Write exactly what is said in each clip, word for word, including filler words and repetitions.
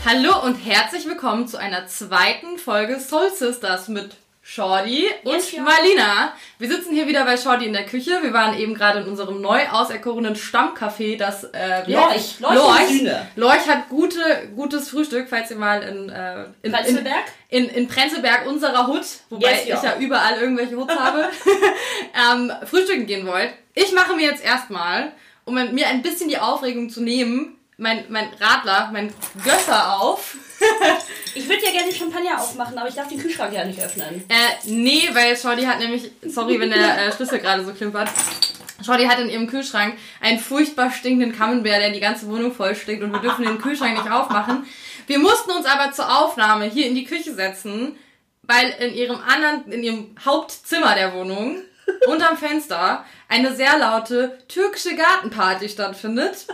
Hallo und herzlich willkommen zu einer zweiten Folge Soul Sisters mit Shorty und yes, ja. Marlina. Wir sitzen hier wieder bei Shorty in der Küche. Wir waren eben gerade in unserem neu auserkorenen Stammcafé, das äh, Lorch. Lorch. Lorch. Lorch hat gute, gutes Frühstück, falls ihr mal in, äh, in Prenzlberg? In, in, in Prenzlberg, unserer Hut, wobei yes, ich ja. ja überall irgendwelche Hoods habe, ähm, frühstücken gehen wollt. Ich mache mir jetzt erstmal, um mir ein bisschen die Aufregung zu nehmen, mein, mein Radler, mein Gösser auf. Ich würde ja gerne den Champagner aufmachen, aber ich darf den Kühlschrank ja nicht öffnen. Äh, nee, weil Shorty hat nämlich, sorry, wenn der äh, Schlüssel gerade so klimpert, Shorty hat in ihrem Kühlschrank einen furchtbar stinkenden Camembert, der die ganze Wohnung voll stinkt und wir dürfen den Kühlschrank nicht aufmachen. Wir mussten uns aber zur Aufnahme hier in die Küche setzen, weil in ihrem anderen, in ihrem Hauptzimmer der Wohnung, unterm Fenster, eine sehr laute türkische Gartenparty stattfindet.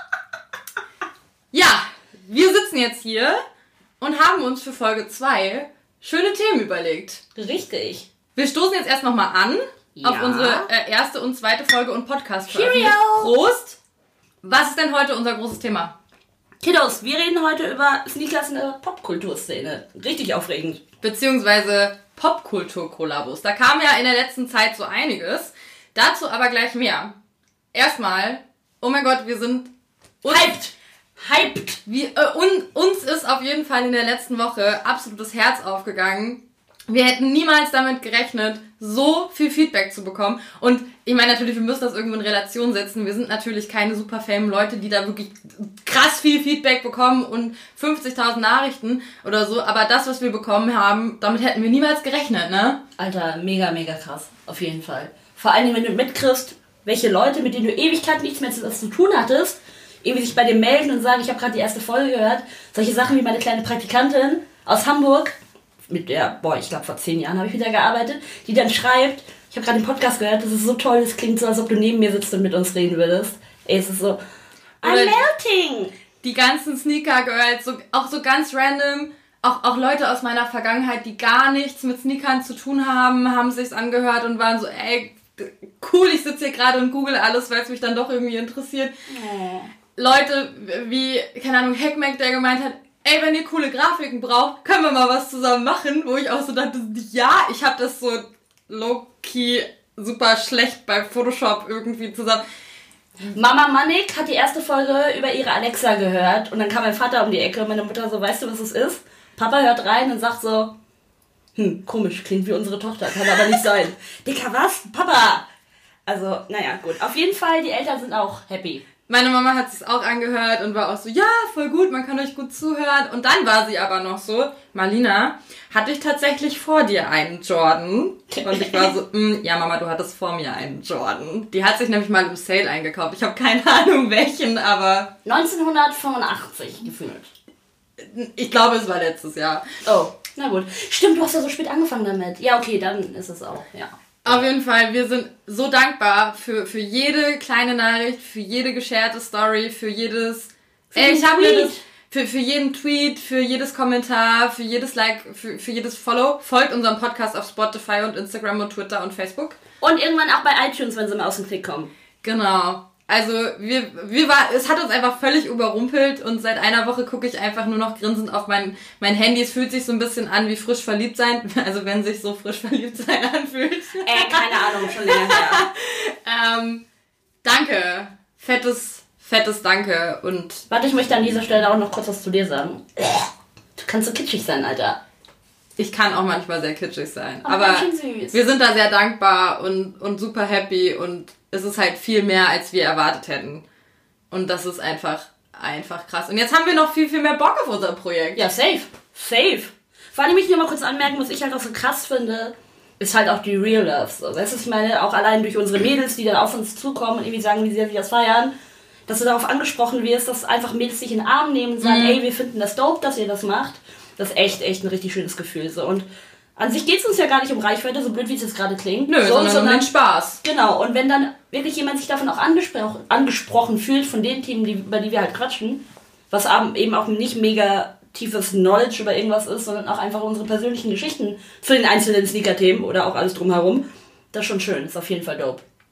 Ja, wir sitzen jetzt hier und haben uns für Folge zwei schöne Themen überlegt. Richtig. Wir stoßen jetzt erst nochmal an ja. auf unsere äh, erste und zweite Folge und Podcast-Veröffentlichung. Prost! Was ist denn heute unser großes Thema? Kiddos, wir reden heute über Sneakers in der Popkulturszene. Richtig aufregend. Beziehungsweise Popkultur-Kollabos. Da kam ja in der letzten Zeit so einiges. Dazu aber gleich mehr. Erstmal, oh mein Gott, wir sind... Hyped! Hyped! Wie, äh, un, uns ist auf jeden Fall in der letzten Woche absolutes Herz aufgegangen. Wir hätten niemals damit gerechnet, so viel Feedback zu bekommen. Und ich meine natürlich, wir müssen das irgendwo in Relation setzen. Wir sind natürlich keine super fame Leute, die da wirklich krass viel Feedback bekommen und fünfzigtausend Nachrichten oder so. Aber das, was wir bekommen haben, damit hätten wir niemals gerechnet, ne? Alter, mega, mega krass. Auf jeden Fall. Vor allem, wenn du mitkriegst, welche Leute, mit denen du Ewigkeit nichts mehr zu, zu tun hattest, irgendwie sich bei dir melden und sagen, ich habe gerade die erste Folge gehört. Solche Sachen wie meine kleine Praktikantin aus Hamburg, mit der, boah, ich glaube vor zehn Jahren habe ich wieder gearbeitet, die dann schreibt, ich habe gerade den Podcast gehört, das ist so toll, das klingt so, als ob du neben mir sitzt und mit uns reden würdest. Ey, es ist so, I'm melting! Die ganzen Sneaker-Girls, so, auch so ganz random, auch, auch Leute aus meiner Vergangenheit, die gar nichts mit Sneakern zu tun haben, haben sich's angehört und waren so, ey, cool, ich sitze hier gerade und google alles, weil es mich dann doch irgendwie interessiert. Oh. Leute wie, keine Ahnung, Hackmack, der gemeint hat, ey, wenn ihr coole Grafiken braucht, können wir mal was zusammen machen, wo ich auch so dachte, ja, ich habe das so low-key super schlecht bei Photoshop irgendwie zusammen. Mama Manik hat die erste Folge über ihre Alexa gehört und dann kam mein Vater um die Ecke und meine Mutter so, weißt du, was es ist? Papa hört rein und sagt so, hm, komisch, klingt wie unsere Tochter, kann aber nicht sein. Dicker, was? Papa! Also, naja, gut. Auf jeden Fall, die Eltern sind auch happy. Meine Mama hat es auch angehört und war auch so, ja, voll gut, man kann euch gut zuhören. Und dann war sie aber noch so, Marlina, hatte ich tatsächlich vor dir einen Jordan? Und ich war so, ja Mama, du hattest vor mir einen Jordan. Die hat sich nämlich mal im Sale eingekauft. Ich habe keine Ahnung welchen, aber... neunzehnhundertfünfundachtzig gefühlt. Ich glaube, es war letztes Jahr. Oh, na gut. Stimmt, du hast ja so spät angefangen damit. Ja, okay, dann ist es auch, ja. Auf jeden Fall, wir sind so dankbar für, für jede kleine Nachricht, für jede gescherte Story, für jedes... Für, ey, ich hab mir das, für, für jeden Tweet, für jedes Kommentar, für jedes Like, für, für jedes Follow. Folgt unserem Podcast auf Spotify und Instagram und Twitter und Facebook. Und irgendwann auch bei iTunes, wenn sie mal aus dem Klick kommen. Genau. Also wir, wir war, es hat uns einfach völlig überrumpelt und seit einer Woche gucke ich einfach nur noch grinsend auf mein, mein Handy. Es fühlt sich so ein bisschen an wie frisch verliebt sein, also wenn sich so frisch verliebt sein anfühlt. Äh, keine Ahnung, schon länger her. ähm, danke, fettes, fettes Danke und... Warte, ich möchte an dieser Stelle auch noch kurz was zu dir sagen. Du kannst so kitschig sein, Alter. Ich kann auch manchmal sehr kitschig sein, aber, aber süß. Wir sind da sehr dankbar und, und super happy und es ist halt viel mehr, als wir erwartet hätten. Und das ist einfach, einfach krass. Und jetzt haben wir noch viel, viel mehr Bock auf unser Projekt. Ja, safe. Safe. Vor allem, ich nur mal kurz anmerken, was ich halt auch so krass finde, ist halt auch die Real Love. So, weißt du, ich meine, auch allein durch unsere Mädels, die dann auf uns zukommen und irgendwie sagen, wie sehr sie das feiern, dass du darauf angesprochen wirst, dass einfach Mädels sich in den Arm nehmen und sagen, mhm. ey, wir finden das dope, dass ihr das macht. Das ist echt, echt ein richtig schönes Gefühl. So. Und an sich geht es uns ja gar nicht um Reichweite, so blöd wie es jetzt gerade klingt. Nö, so, sondern, sondern um den Spaß. Genau, und wenn dann wirklich jemand sich davon auch angespro- angesprochen fühlt, von den Themen, die, über die wir halt quatschen, was eben auch nicht mega tiefes Knowledge über irgendwas ist, sondern auch einfach unsere persönlichen Geschichten zu den einzelnen Sneaker-Themen oder auch alles drumherum, das ist schon schön, ist auf jeden Fall dope.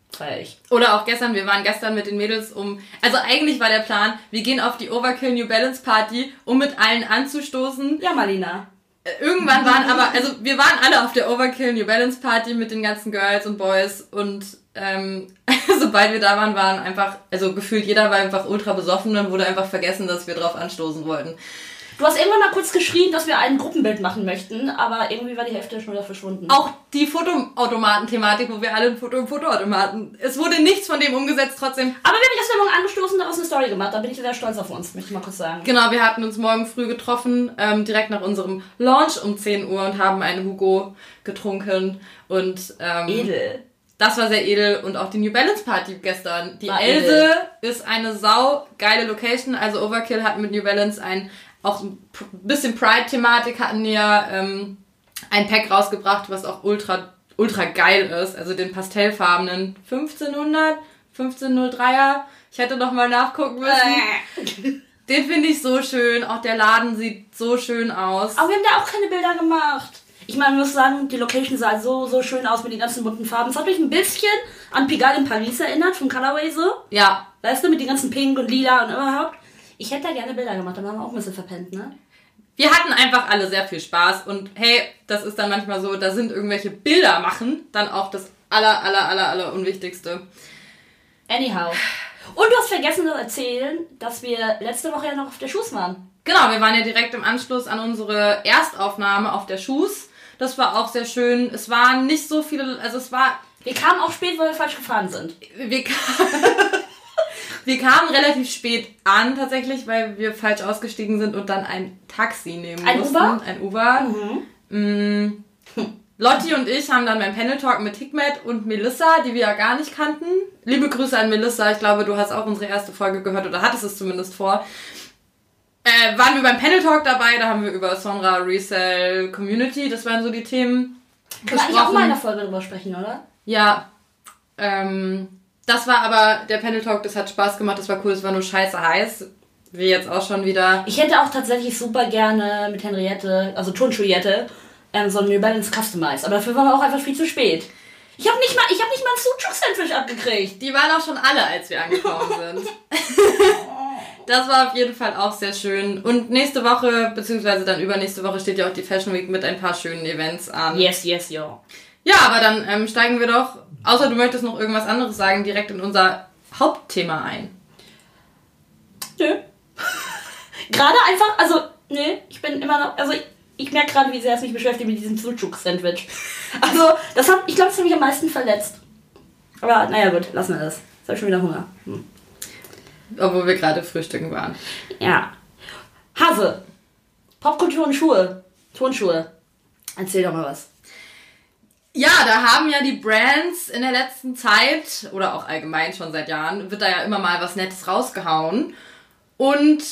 Feier ich. Oder auch gestern, wir waren gestern mit den Mädels um... Also eigentlich war der Plan, wir gehen auf die Overkill New Balance Party, um mit allen anzustoßen. Ja, Marlina. Irgendwann waren aber... Also wir waren alle auf der Overkill New Balance Party mit den ganzen Girls und Boys und ähm, sobald wir da waren, waren einfach... Also gefühlt jeder war einfach ultra besoffen und wurde einfach vergessen, dass wir drauf anstoßen wollten. Du hast irgendwann mal kurz geschrien, dass wir ein Gruppenbild machen möchten, aber irgendwie war die Hälfte schon wieder verschwunden. Auch die Fotoautomaten-Thematik, wo wir alle ein Foto im Fotoautomaten... Es wurde nichts von dem umgesetzt, trotzdem... Aber wir haben gestern Morgen angestoßen und daraus eine Story gemacht. Da bin ich sehr stolz auf uns, möchte ich mal kurz sagen. Genau, wir hatten uns morgen früh getroffen, ähm, direkt nach unserem Launch um zehn Uhr und haben eine Hugo getrunken und... Ähm, edel. Das war sehr edel und auch die New Balance Party gestern. Die War Else edel. ist eine sau geile Location, also Overkill hat mit New Balance ein... Auch ein bisschen Pride-Thematik hatten ja ähm, ein Pack rausgebracht, was auch ultra ultra geil ist. Also den pastellfarbenen fünfzehnhundert, fünfzehnhundertdreier. Ich hätte noch mal nachgucken müssen. Den finde ich so schön. Auch der Laden sieht so schön aus. Aber wir haben da auch keine Bilder gemacht. Ich meine, ich muss sagen, die Location sah so so schön aus mit den ganzen bunten Farben. Es hat mich ein bisschen an Pigalle in Paris erinnert, vom Colorway so. Ja. Weißt du, mit den ganzen Pink und Lila und überhaupt. Ich hätte da gerne Bilder gemacht, aber haben wir auch ein bisschen verpennt, ne? Wir hatten einfach alle sehr viel Spaß und hey, das ist dann manchmal so, da sind irgendwelche Bilder machen, dann auch das aller, aller, aller, aller Unwichtigste. Anyhow. Und du hast vergessen zu erzählen, dass wir letzte Woche ja noch auf der Schuss waren. Genau, wir waren ja direkt im Anschluss an unsere Erstaufnahme auf der Schuss. Das war auch sehr schön. Es waren nicht so viele, also es war... Wir kamen auch spät, weil wir falsch gefahren sind. Wir kamen... Wir kamen relativ spät an, tatsächlich, weil wir falsch ausgestiegen sind und dann ein Taxi nehmen ein mussten. Uber? Ein Uber? Mhm. Mm. Lotti und ich haben dann beim Panel Talk mit Hikmet und Melissa, die wir ja gar nicht kannten. Liebe Grüße an Melissa, ich glaube, du hast auch unsere erste Folge gehört oder hattest es zumindest vor. Äh, waren wir beim Panel Talk dabei, da haben wir über Sonra, Resell, Community, das waren so die Themen Können wir eigentlich auch mal in der Folge drüber sprechen, oder? Ja, ähm... Das war aber der Panel Talk, das hat Spaß gemacht, das war cool, es war nur scheiße heiß. Wie jetzt auch schon wieder. Ich hätte auch tatsächlich super gerne mit Henriette, also Turnschuhjette, ähm, so ein New Balance Customized. Aber dafür waren wir auch einfach viel zu spät. Ich habe nicht mal, ich habe nicht mal ein Sucuk-Sandwich abgekriegt. Die waren auch schon alle, als wir angekommen sind. Das war auf jeden Fall auch sehr schön. Und nächste Woche, beziehungsweise dann übernächste Woche, steht ja auch die Fashion Week mit ein paar schönen Events an. Yes, yes, ja. Ja, aber dann ähm, steigen wir doch, außer du möchtest noch irgendwas anderes sagen, direkt in unser Hauptthema ein. Nö. Gerade einfach, also, nee, ich bin immer noch, also ich, ich merke gerade, wie sehr es mich beschäftigt mit diesem Sucuk-Sandwich. Also, das hat, ich glaube, das hat mich am meisten verletzt. Aber, naja, gut, lassen wir das. Jetzt habe ich schon wieder Hunger. Hm. Obwohl wir gerade frühstücken waren. Ja. Hase. Popkultur und Schuhe. Turnschuhe. Erzähl doch mal was. Ja, da haben ja die Brands in der letzten Zeit, oder auch allgemein schon seit Jahren, wird da ja immer mal was Nettes rausgehauen. Und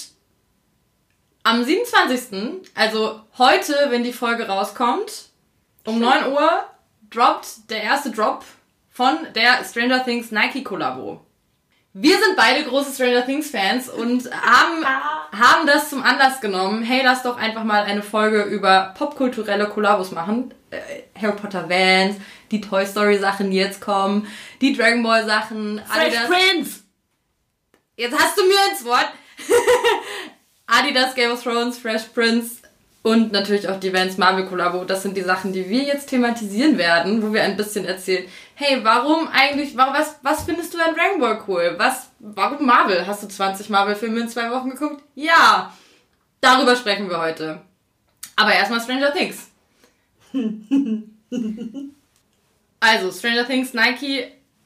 am siebenundzwanzigsten, also heute, wenn die Folge rauskommt, um neun Uhr, droppt der erste Drop von der Stranger Things Nike Kollabo. Wir sind beide große Stranger Things Fans und haben, haben das zum Anlass genommen, hey, lass doch einfach mal eine Folge über popkulturelle Kollabos machen. Äh, Harry Potter Vans, die Toy Story Sachen, die jetzt kommen, die Dragon Ball Sachen, Fresh Adidas. Prince! Jetzt hast du mir ins Wort. Adidas, Game of Thrones, Fresh Prince und natürlich auch die Vans Marvel Kollabo. Das sind die Sachen, die wir jetzt thematisieren werden, wo wir ein bisschen erzählen, hey, warum eigentlich, warum, was, was findest du an Dragon Ball cool? Was, warum Marvel? Hast du zwanzig Marvel-Filme in zwei Wochen geguckt? Ja, darüber sprechen wir heute. Aber erstmal Stranger Things. Also, Stranger Things, Nike,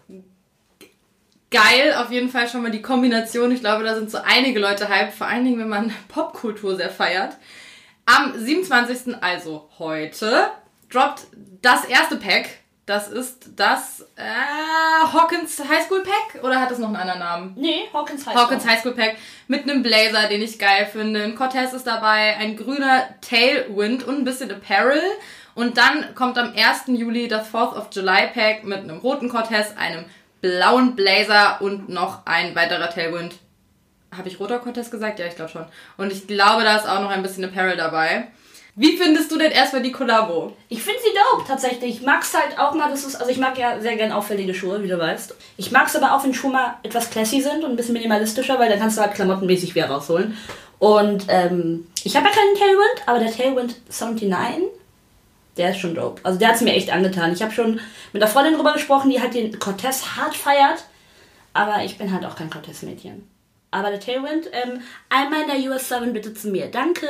geil, auf jeden Fall schon mal die Kombination. Ich glaube, da sind so einige Leute hyped, vor allen Dingen, wenn man Popkultur sehr feiert. Am siebenundzwanzigsten, also heute, droppt das erste Pack. Das ist das äh, Hawkins High School Pack? Oder hat es noch einen anderen Namen? Nee, Hawkins High School. Hawkins High School Pack mit einem Blazer, den ich geil finde. Ein Cortez ist dabei, ein grüner Tailwind und ein bisschen Apparel. Und dann kommt am ersten Juli das Fourth of July Pack mit einem roten Cortez, einem blauen Blazer und noch ein weiterer Tailwind. Habe ich roter Cortez gesagt? Ja, ich glaube schon. Und ich glaube, da ist auch noch ein bisschen Apparel dabei. Wie findest du denn erstmal die Kollabo? Ich finde sie dope, tatsächlich. Ich mag es halt auch mal, das ist, also ich mag ja sehr gern auffällige Schuhe, wie du weißt. Ich mag es aber auch, wenn Schuhe mal etwas classy sind und ein bisschen minimalistischer, weil dann kannst du halt klamottenmäßig wieder rausholen. Und ähm, ich habe ja keinen Tailwind, aber der Tailwind neunundsiebzig, der ist schon dope. Also der hat es mir echt angetan. Ich habe schon mit einer Freundin drüber gesprochen, die halt den Cortez hart feiert, aber ich bin halt auch kein Cortez-Mädchen. Aber der Tailwind, ähm, einmal in der U S sieben bitte zu mir. Danke.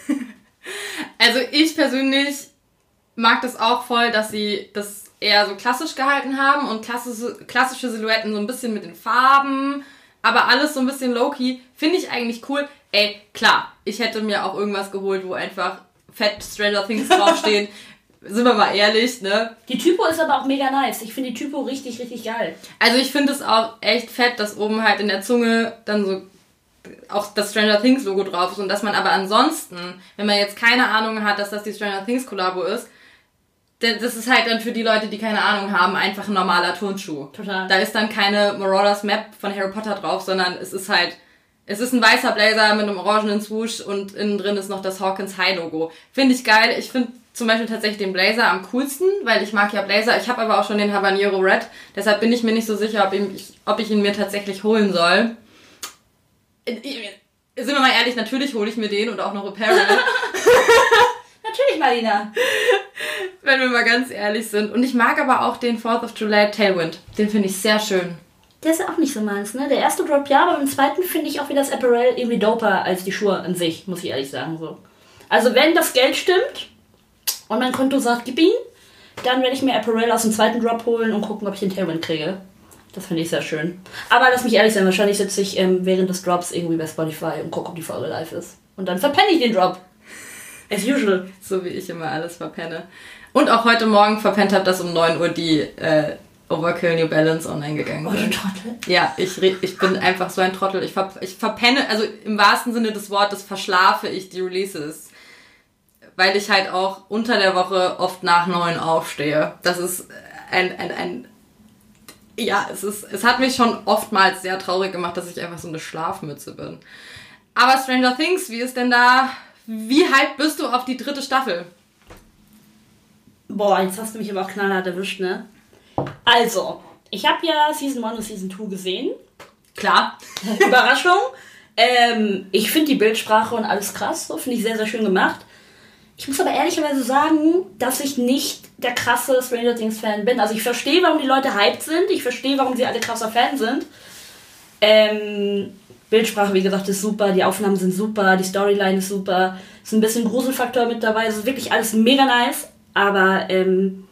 Also ich persönlich mag das auch voll, dass sie das eher so klassisch gehalten haben und klassische, klassische Silhouetten so ein bisschen mit den Farben, aber alles so ein bisschen low-key. Finde ich eigentlich cool. Ey, klar, ich hätte mir auch irgendwas geholt, wo einfach fett Stranger Things draufstehen. Sind wir mal ehrlich, ne? Die Typo ist aber auch mega nice. Ich finde die Typo richtig, richtig geil. Also ich finde es auch echt fett, dass oben halt in der Zunge dann so auch das Stranger Things Logo drauf ist und dass man aber ansonsten, wenn man jetzt keine Ahnung hat, dass das die Stranger Things Kollabo ist, das ist halt dann für die Leute, die keine Ahnung haben, einfach ein normaler Turnschuh. Total. Da ist dann keine Marauders Map von Harry Potter drauf, sondern es ist halt, es ist ein weißer Blazer mit einem orangenen Swoosh und innen drin ist noch das Hawkins High Logo. Finde ich geil. Ich finde zum Beispiel tatsächlich den Blazer am coolsten, weil ich mag ja Blazer. Ich habe aber auch schon den Habanero Red. Deshalb bin ich mir nicht so sicher, ob, ich, ob ich ihn mir tatsächlich holen soll. Sind wir mal ehrlich, natürlich hole ich mir den und auch noch Apparel. Natürlich, Marina. Wenn wir mal ganz ehrlich sind. Und ich mag aber auch den fourth of July Tailwind. Den finde ich sehr schön. Der ist ja auch nicht so meins, ne? Der erste Drop ja, aber beim zweiten finde ich auch wieder das Apparel irgendwie doper als die Schuhe an sich, muss ich ehrlich sagen. So. Also wenn das Geld stimmt und mein Konto sagt, gib ihn, dann werde ich mir Apparel aus dem zweiten Drop holen und gucken, ob ich den Tailwind kriege. Das finde ich sehr schön. Aber lass mich ehrlich sein, wahrscheinlich sitze ich ähm, während des Drops irgendwie bei Spotify und gucke, ob die Folge live ist. Und dann verpenne ich den Drop. As usual. So wie ich immer alles verpenne. Und auch heute Morgen verpennt habe, dass um neun Uhr die äh, Overkill New Balance online gegangen ist. Oh, du Trottel. Ja, ich, ich bin einfach so ein Trottel. Ich, ver, ich verpenne, also im wahrsten Sinne des Wortes verschlafe ich die Releases. Weil ich halt auch unter der Woche oft nach neun aufstehe. Das ist ein, ein, ein ja, es ist, es hat mich schon oftmals sehr traurig gemacht, dass ich einfach so eine Schlafmütze bin. Aber Stranger Things, wie ist denn da, wie hyped bist du auf die dritte Staffel? Boah, jetzt hast du mich aber auch knallhart erwischt, ne? Also, ich habe ja Season eins und Season zwei gesehen. Klar. Überraschung. Ähm, ich finde die Bildsprache und alles krass, so finde ich sehr, sehr schön gemacht. Ich muss aber ehrlicherweise sagen, dass ich nicht der krasse Stranger Things Fan bin. Also ich verstehe, warum die Leute hyped sind. Ich verstehe, warum sie alle krasser Fan sind. Ähm, Bildsprache, wie gesagt, ist super. Die Aufnahmen sind super. Die Storyline ist super. Ist ein bisschen Gruselfaktor mit dabei. Es ist wirklich alles mega nice. Aber ähm,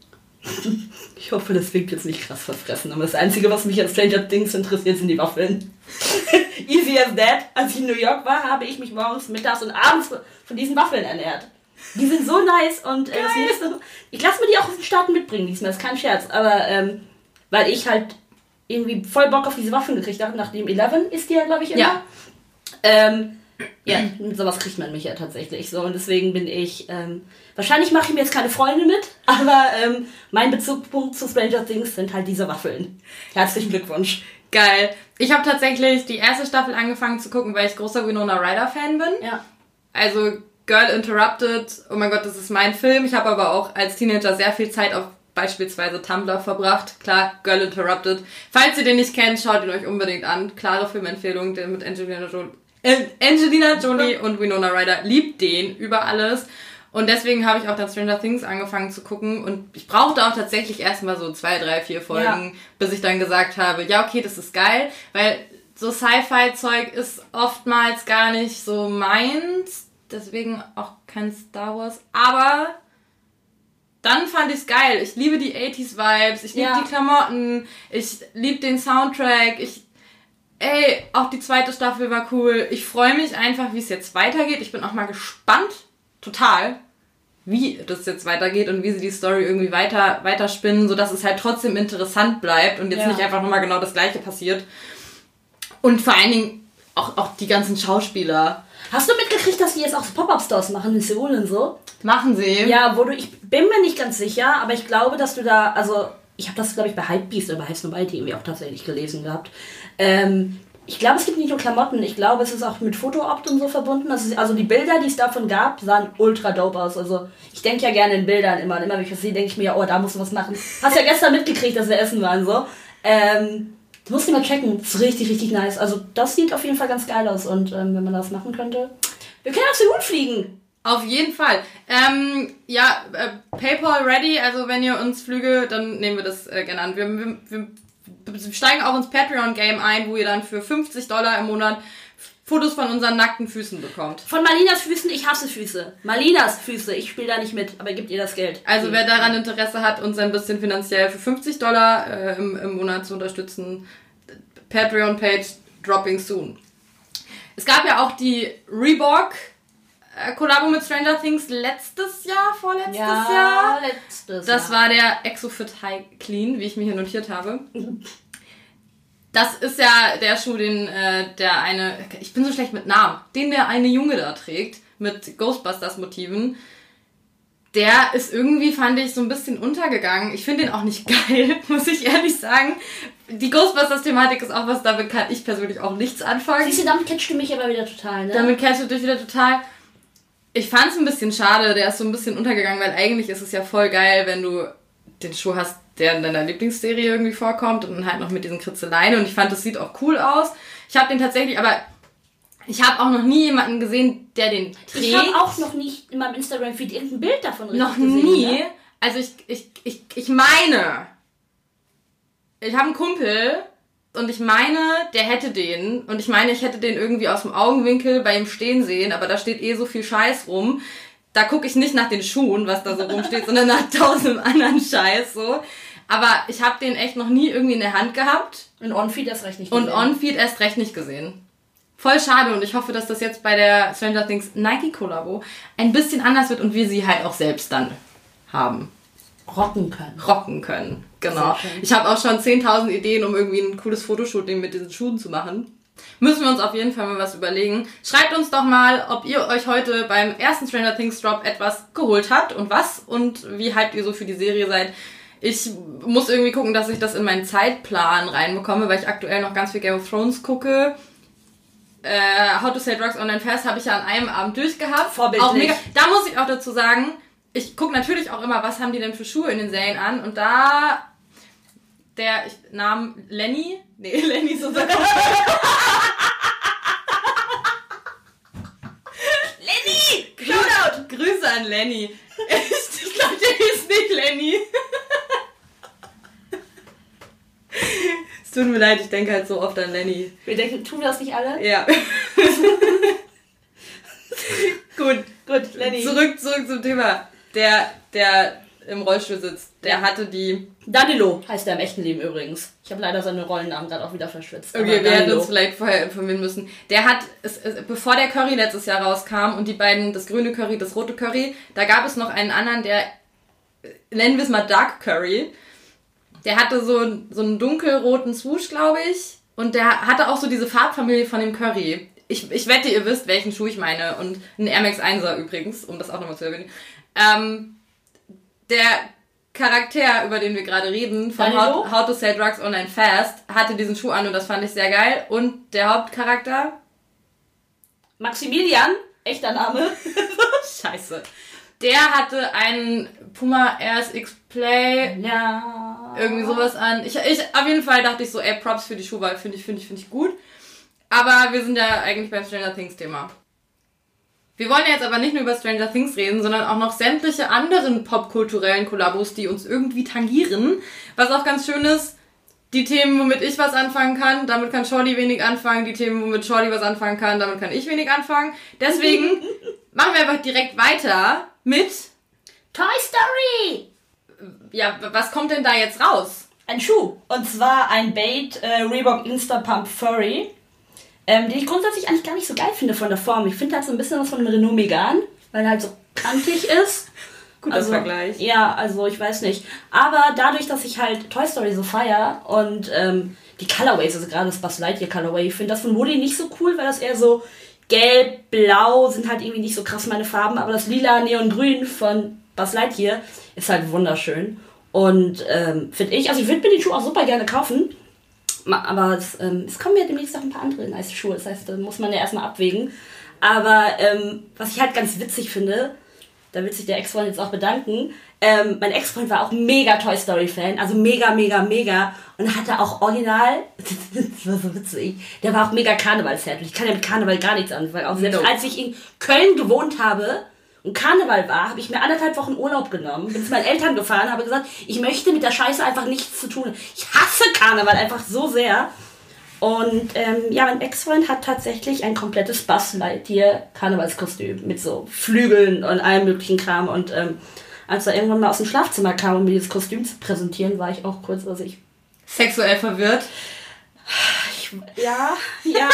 ich hoffe, das klingt jetzt nicht krass verfressen. Aber das Einzige, was mich an Stranger Things interessiert, sind die Waffeln. Easy as that. Als ich in New York war, habe ich mich morgens, mittags und abends von diesen Waffeln ernährt. Die sind so nice und äh, das nächste, ich lasse mir die auch aus den Staaten mitbringen diesmal, das ist kein Scherz. Aber ähm, weil ich halt irgendwie voll Bock auf diese Waffeln gekriegt habe, nachdem Eleven ist die ja, glaube ich, immer. Ja. Ähm, ja, mit sowas kriegt man mich ja tatsächlich so und deswegen bin ich, ähm, wahrscheinlich mache ich mir jetzt keine Freunde mit, aber ähm, mein Bezugspunkt zu Stranger Things sind halt diese Waffeln. Herzlichen Glückwunsch. Geil. Ich habe tatsächlich die erste Staffel angefangen zu gucken, weil ich großer Winona Ryder Fan bin. Ja. Also Girl Interrupted, oh mein Gott, das ist mein Film. Ich habe aber auch als Teenager sehr viel Zeit auf beispielsweise Tumblr verbracht. Klar, Girl Interrupted. Falls ihr den nicht kennt, schaut ihn euch unbedingt an. Klare Filmempfehlung, der mit Angelina Jolie, äh, Angelina Jolie und Winona Ryder. Liebt den über alles. Und deswegen habe ich auch dann Stranger Things angefangen zu gucken. Und ich brauchte auch tatsächlich erstmal so zwei, drei, vier Folgen, ja, bis ich dann gesagt habe, ja okay, das ist geil. Weil so Sci-Fi-Zeug ist oftmals gar nicht so meins. Deswegen auch kein Star Wars. Aber dann fand ich's geil. Ich liebe die achtziger-Vibes. Ich liebe, ja, die Klamotten. Ich liebe den Soundtrack. Ich, ey, auch die zweite Staffel war cool. Ich freue mich einfach, wie es jetzt weitergeht. Ich bin auch mal gespannt, total, wie das jetzt weitergeht und wie sie die Story irgendwie weiter, weiter spinnen, sodass es halt trotzdem interessant bleibt und jetzt, ja, nicht einfach nochmal genau das Gleiche passiert. Und vor allen Dingen auch, auch die ganzen Schauspieler. Hast du mitgekriegt, dass die jetzt auch so Pop-Up-Stores machen in Seoul und so? Machen sie? Ja, wo du, ich bin mir nicht ganz sicher, aber ich glaube, dass du da, also ich habe das, glaube ich, bei Hypebeast oder bei Hype Snobiety irgendwie auch tatsächlich gelesen gehabt, ähm, Ich glaube, es gibt nicht nur Klamotten, ich glaube, es ist auch mit Foto-Opt und so verbunden. Also, also die Bilder, die es davon gab, sahen ultra dope aus. Also ich denke ja gerne in Bildern immer. Und immer wenn ich was sehe, denke ich mir, ja, oh, da musst du was machen. Hast ja gestern mitgekriegt, dass wir essen waren, so. Ähm, du musst mal checken, das ist richtig, richtig nice. Also das sieht auf jeden Fall ganz geil aus. Und ähm, wenn man das machen könnte, wir können auf Seoul fliegen. Auf jeden Fall. Ähm, ja, äh, PayPal ready, also wenn ihr uns Flüge, dann nehmen wir das äh, gerne an. Wir, wir, wir Wir steigen auch ins Patreon-Game ein, wo ihr dann für fünfzig Dollar im Monat Fotos von unseren nackten Füßen bekommt. Von Malinas Füßen, ich hasse Füße. Malinas Füße, ich spiele da nicht mit, aber gebt ihr das Geld. Also wer daran Interesse hat, uns ein bisschen finanziell für fünfzig Dollar äh, im, im Monat zu unterstützen, Patreon-Page dropping soon. Es gab ja auch die Reebok äh, Kollabo mit Stranger Things letztes Jahr, vorletztes ja, Jahr. letztes Das Jahr. war der Exofit High Clean, wie ich mir hier notiert habe. Das ist ja der Schuh, den äh, der eine, ich bin so schlecht mit Namen, den der eine Junge da trägt, mit Ghostbusters-Motiven. Der ist irgendwie, fand ich, so ein bisschen untergegangen. Ich finde den auch nicht geil, muss ich ehrlich sagen. Die Ghostbusters-Thematik ist auch was, damit kann ich persönlich auch nichts anfangen. Siehst du, damit catchst du mich aber wieder total, ne? Damit catchst du dich wieder total. Ich fand es ein bisschen schade, der ist so ein bisschen untergegangen, weil eigentlich ist es ja voll geil, wenn du den Schuh hast, der in deiner Lieblingsserie irgendwie vorkommt und dann halt noch mit diesen Kritzeleien. Und ich fand, das sieht auch cool aus. Ich habe den tatsächlich, aber ich habe auch noch nie jemanden gesehen, der den trägt. Ich habe auch noch nicht in meinem Instagram-Feed irgendein Bild davon richtig Noch gesehen. nie. Ne? Also ich, ich, ich, ich meine, ich habe einen Kumpel und ich meine, der hätte den und ich meine, ich hätte den irgendwie aus dem Augenwinkel bei ihm stehen sehen, aber da steht eh so viel Scheiß rum. Da gucke ich nicht nach den Schuhen, was da so rumsteht, sondern nach tausend anderen Scheiß, so. Aber ich habe den echt noch nie irgendwie in der Hand gehabt. Und On-Feed erst recht nicht gesehen. Und On-Feed erst recht nicht gesehen. Voll schade und ich hoffe, dass das jetzt bei der Stranger Things Nike-Kollabo ein bisschen anders wird und wir sie halt auch selbst dann haben. Rocken können. Rocken können, genau. Ich habe auch schon zehntausend Ideen, um irgendwie ein cooles Fotoshooting mit diesen Schuhen zu machen. Müssen wir uns auf jeden Fall mal was überlegen. Schreibt uns doch mal, ob ihr euch heute beim ersten Stranger Things Drop etwas geholt habt und was und wie hyped ihr so für die Serie seid. Ich muss irgendwie gucken, dass ich das in meinen Zeitplan reinbekomme, weil ich aktuell noch ganz viel Game of Thrones gucke. Äh, How to Sell Drugs Online Fast habe ich ja an einem Abend durchgehabt. Vorbildlich. Auch mega. Da muss ich auch dazu sagen, ich gucke natürlich auch immer, was haben die denn für Schuhe in den Serien an und da der ich, Name Lenny, nee, Lenny ist unser Kopf. Lenny! Grü- Shoutout! Grüße an Lenny. Ich, ich glaube, der hieß nicht Lenny. Es tut mir leid, ich denke halt so oft an Lenny. Wir denken, tun das nicht alle? Ja. Gut, Gut, Lenny. zurück, zurück zum Thema. Der, der im Rollstuhl sitzt, der Ja. hatte die... Danilo heißt er im echten Leben übrigens. Ich habe leider seine Rollennamen gerade auch wieder verschwitzt. Okay, aber wir hätten Danilo. uns vielleicht vorher informieren müssen. Der hat, es, es, bevor der Curry letztes Jahr rauskam und die beiden, das grüne Curry, das rote Curry, da gab es noch einen anderen, der, nennen wir es mal Dark Curry, der hatte so, so einen dunkelroten Swoosh, glaube ich, und der hatte auch so diese Farbfamilie von dem Curry. Ich, ich wette, ihr wisst, welchen Schuh ich meine, und ein Air Max einser übrigens, um das auch nochmal zu erwähnen. Ähm, der Charakter, über den wir gerade reden, von How, How to Sell Drugs Online Fast, hatte diesen Schuh an und das fand ich sehr geil. Und der Hauptcharakter? Maximilian, echter Name. Scheiße. Der hatte einen Puma R S X Play, Ja. irgendwie sowas an. Ich, ich, auf jeden Fall dachte ich so, ey, Props für die Schuhwahl, finde ich, finde ich, finde ich gut. Aber wir sind ja eigentlich beim Stranger Things Thema. Wir wollen jetzt aber nicht nur über Stranger Things reden, sondern auch noch sämtliche anderen popkulturellen Kollabos, die uns irgendwie tangieren. Was auch ganz schön ist, die Themen, womit ich was anfangen kann, damit kann Shorty wenig anfangen. Die Themen, womit Shorty was anfangen kann, damit kann ich wenig anfangen. Deswegen machen wir einfach direkt weiter mit... Toy Story! Ja, was kommt denn da jetzt raus? Ein Schuh. Und zwar ein Bait äh, Reebok Insta Pump Furry. Ähm, den ich grundsätzlich eigentlich gar nicht so geil finde von der Form. Ich finde halt so ein bisschen was von einem Renault Megane, weil er halt so kantig ist. Guter also, Vergleich. Ja, also ich weiß nicht. Aber dadurch, dass ich halt Toy Story so feier und ähm, die Colorways, also gerade das Buzz Lightyear Colorway, ich finde das von Woody nicht so cool, weil das eher so gelb, blau sind halt irgendwie nicht so krass meine Farben, aber das lila, neongrün von Buzz Lightyear ist halt wunderschön. Und ähm, finde ich, also ich würde mir den Schuh auch super gerne kaufen. aber es, ähm, es kommen ja demnächst noch ein paar andere nice Schuhe. Das heißt, da muss man ja erstmal abwägen. Aber ähm, was ich halt ganz witzig finde, da will sich der Ex-Freund jetzt auch bedanken. Ähm, mein Ex-Freund war auch mega Toy Story-Fan, also mega, mega, mega. Und hatte auch original, das war so witzig, der war auch mega Karnevalsfertig. Ich kann ja mit Karneval gar nichts anfangen. Weil auch selbst no. als ich in Köln gewohnt habe und Karneval war, habe ich mir anderthalb Wochen Urlaub genommen, bin zu meinen Eltern gefahren, habe gesagt, ich möchte mit der Scheiße einfach nichts zu tun. Ich hasse Karneval einfach so sehr. Und ähm, ja, mein Ex-Freund hat tatsächlich ein komplettes Buzz Lightyear Karnevalskostüm mit so Flügeln und allem möglichen Kram. Und ähm, als er irgendwann mal aus dem Schlafzimmer kam, um mir dieses Kostüm zu präsentieren, war ich auch kurz, also ich... Sexuell verwirrt? Ich, ja, ja.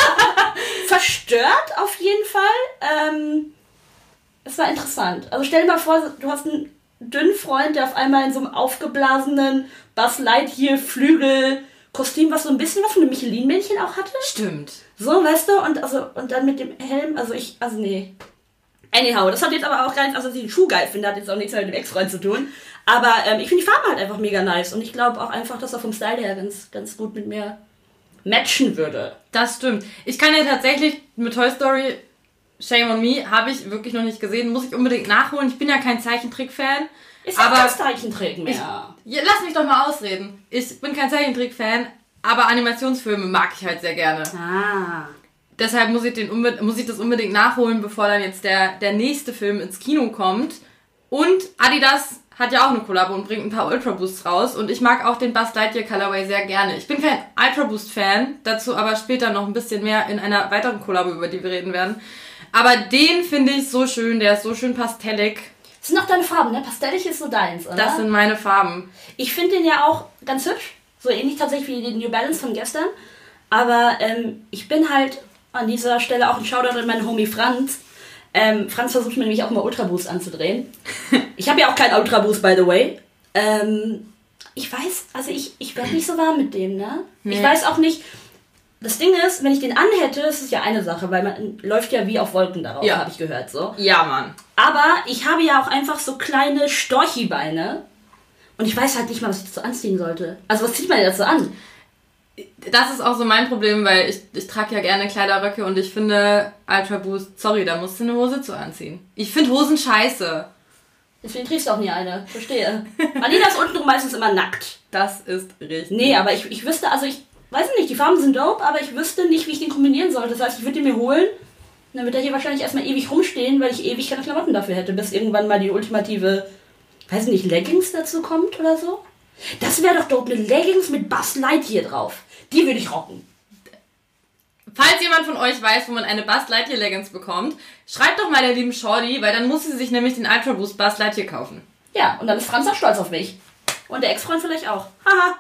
Verstört auf jeden Fall. Ähm, es war interessant. Also stell dir mal vor, du hast einen dünnen Freund, der auf einmal in so einem aufgeblasenen Buzz Lightyear Flügel... Kostüm, was so ein bisschen was von einem Michelin-Männchen auch hatte. Stimmt. So, weißt du, und, also, und dann mit dem Helm, also ich, also nee. Anyhow, das hat jetzt aber auch gar nichts, also dass ich den Schuh geil finde, hat jetzt auch nichts mehr mit dem Ex-Freund zu tun. Aber ähm, ich finde die Farbe halt einfach mega nice und ich glaube auch einfach, dass er vom Style her ganz, ganz gut mit mir matchen würde. Das stimmt. Ich kann ja tatsächlich mit Toy Story, Shame on Me, habe ich wirklich noch nicht gesehen, muss ich unbedingt nachholen. Ich bin ja kein Zeichentrick-Fan. Ist ja kein Zeichentrick mehr. Ich, ja, lass mich doch mal ausreden. Ich bin kein Zeichentrick-Fan, aber Animationsfilme mag ich halt sehr gerne. Ah. Deshalb muss ich, den unbe- muss ich das unbedingt nachholen, bevor dann jetzt der, der nächste Film ins Kino kommt. Und Adidas hat ja auch eine Kollabo und bringt ein paar Ultra Boosts raus. Und ich mag auch den Buzz Lightyear Colorway sehr gerne. Ich bin kein Ultra Boost-Fan, dazu aber später noch ein bisschen mehr in einer weiteren Kollabo, über die wir reden werden. Aber den finde ich so schön, der ist so schön pastellig. Das sind auch deine Farben, ne? Pastellig ist so deins, oder? Das sind meine Farben. Ich finde den ja auch ganz hübsch. So ähnlich tatsächlich wie den New Balance von gestern. Aber ähm, ich bin halt an dieser Stelle auch ein Shoutout an meinen Homie Franz. Ähm, Franz versucht mir nämlich auch mal Ultra Boost anzudrehen. Ich habe ja auch keinen Ultra Boost, by the way. Ähm, ich weiß, also ich, ich werde nicht so warm mit dem, ne? Nee. Ich weiß auch nicht... Das Ding ist, wenn ich den anhätte, ist es ja eine Sache, weil man läuft ja wie auf Wolken darauf, ja. Habe ich gehört, so. Ja, Mann. Aber ich habe ja auch einfach so kleine Storchi-Beine und ich weiß halt nicht mal, was ich dazu anziehen sollte. Also was zieht man denn dazu an? Das ist auch so mein Problem, weil ich, ich trage ja gerne Kleiderröcke und ich finde Ultra Boost, sorry, da musst du eine Hose zu anziehen. Ich finde Hosen scheiße. Deswegen trägst du auch nie eine, verstehe. Alina ist unten meistens immer nackt. Das ist richtig. Nee, aber ich, ich wüsste, also ich... Weiß nicht, die Farben sind dope, aber ich wüsste nicht, wie ich den kombinieren sollte. Das heißt, ich würde den mir holen, dann wird er hier wahrscheinlich erstmal ewig rumstehen, weil ich ewig keine Klamotten dafür hätte, bis irgendwann mal die ultimative, weiß nicht, Leggings dazu kommt oder so. Das wäre doch dope, eine Leggings mit Buzz Lightyear drauf. Die würde ich rocken. Falls jemand von euch weiß, wo man eine Buzz Lightyear Leggings bekommt, schreibt doch mal der lieben Shorty, weil dann muss sie sich nämlich den Ultra Boost Buzz Lightyear kaufen. Ja, und dann ist Franz auch stolz auf mich. Und der Ex-Freund vielleicht auch. Haha.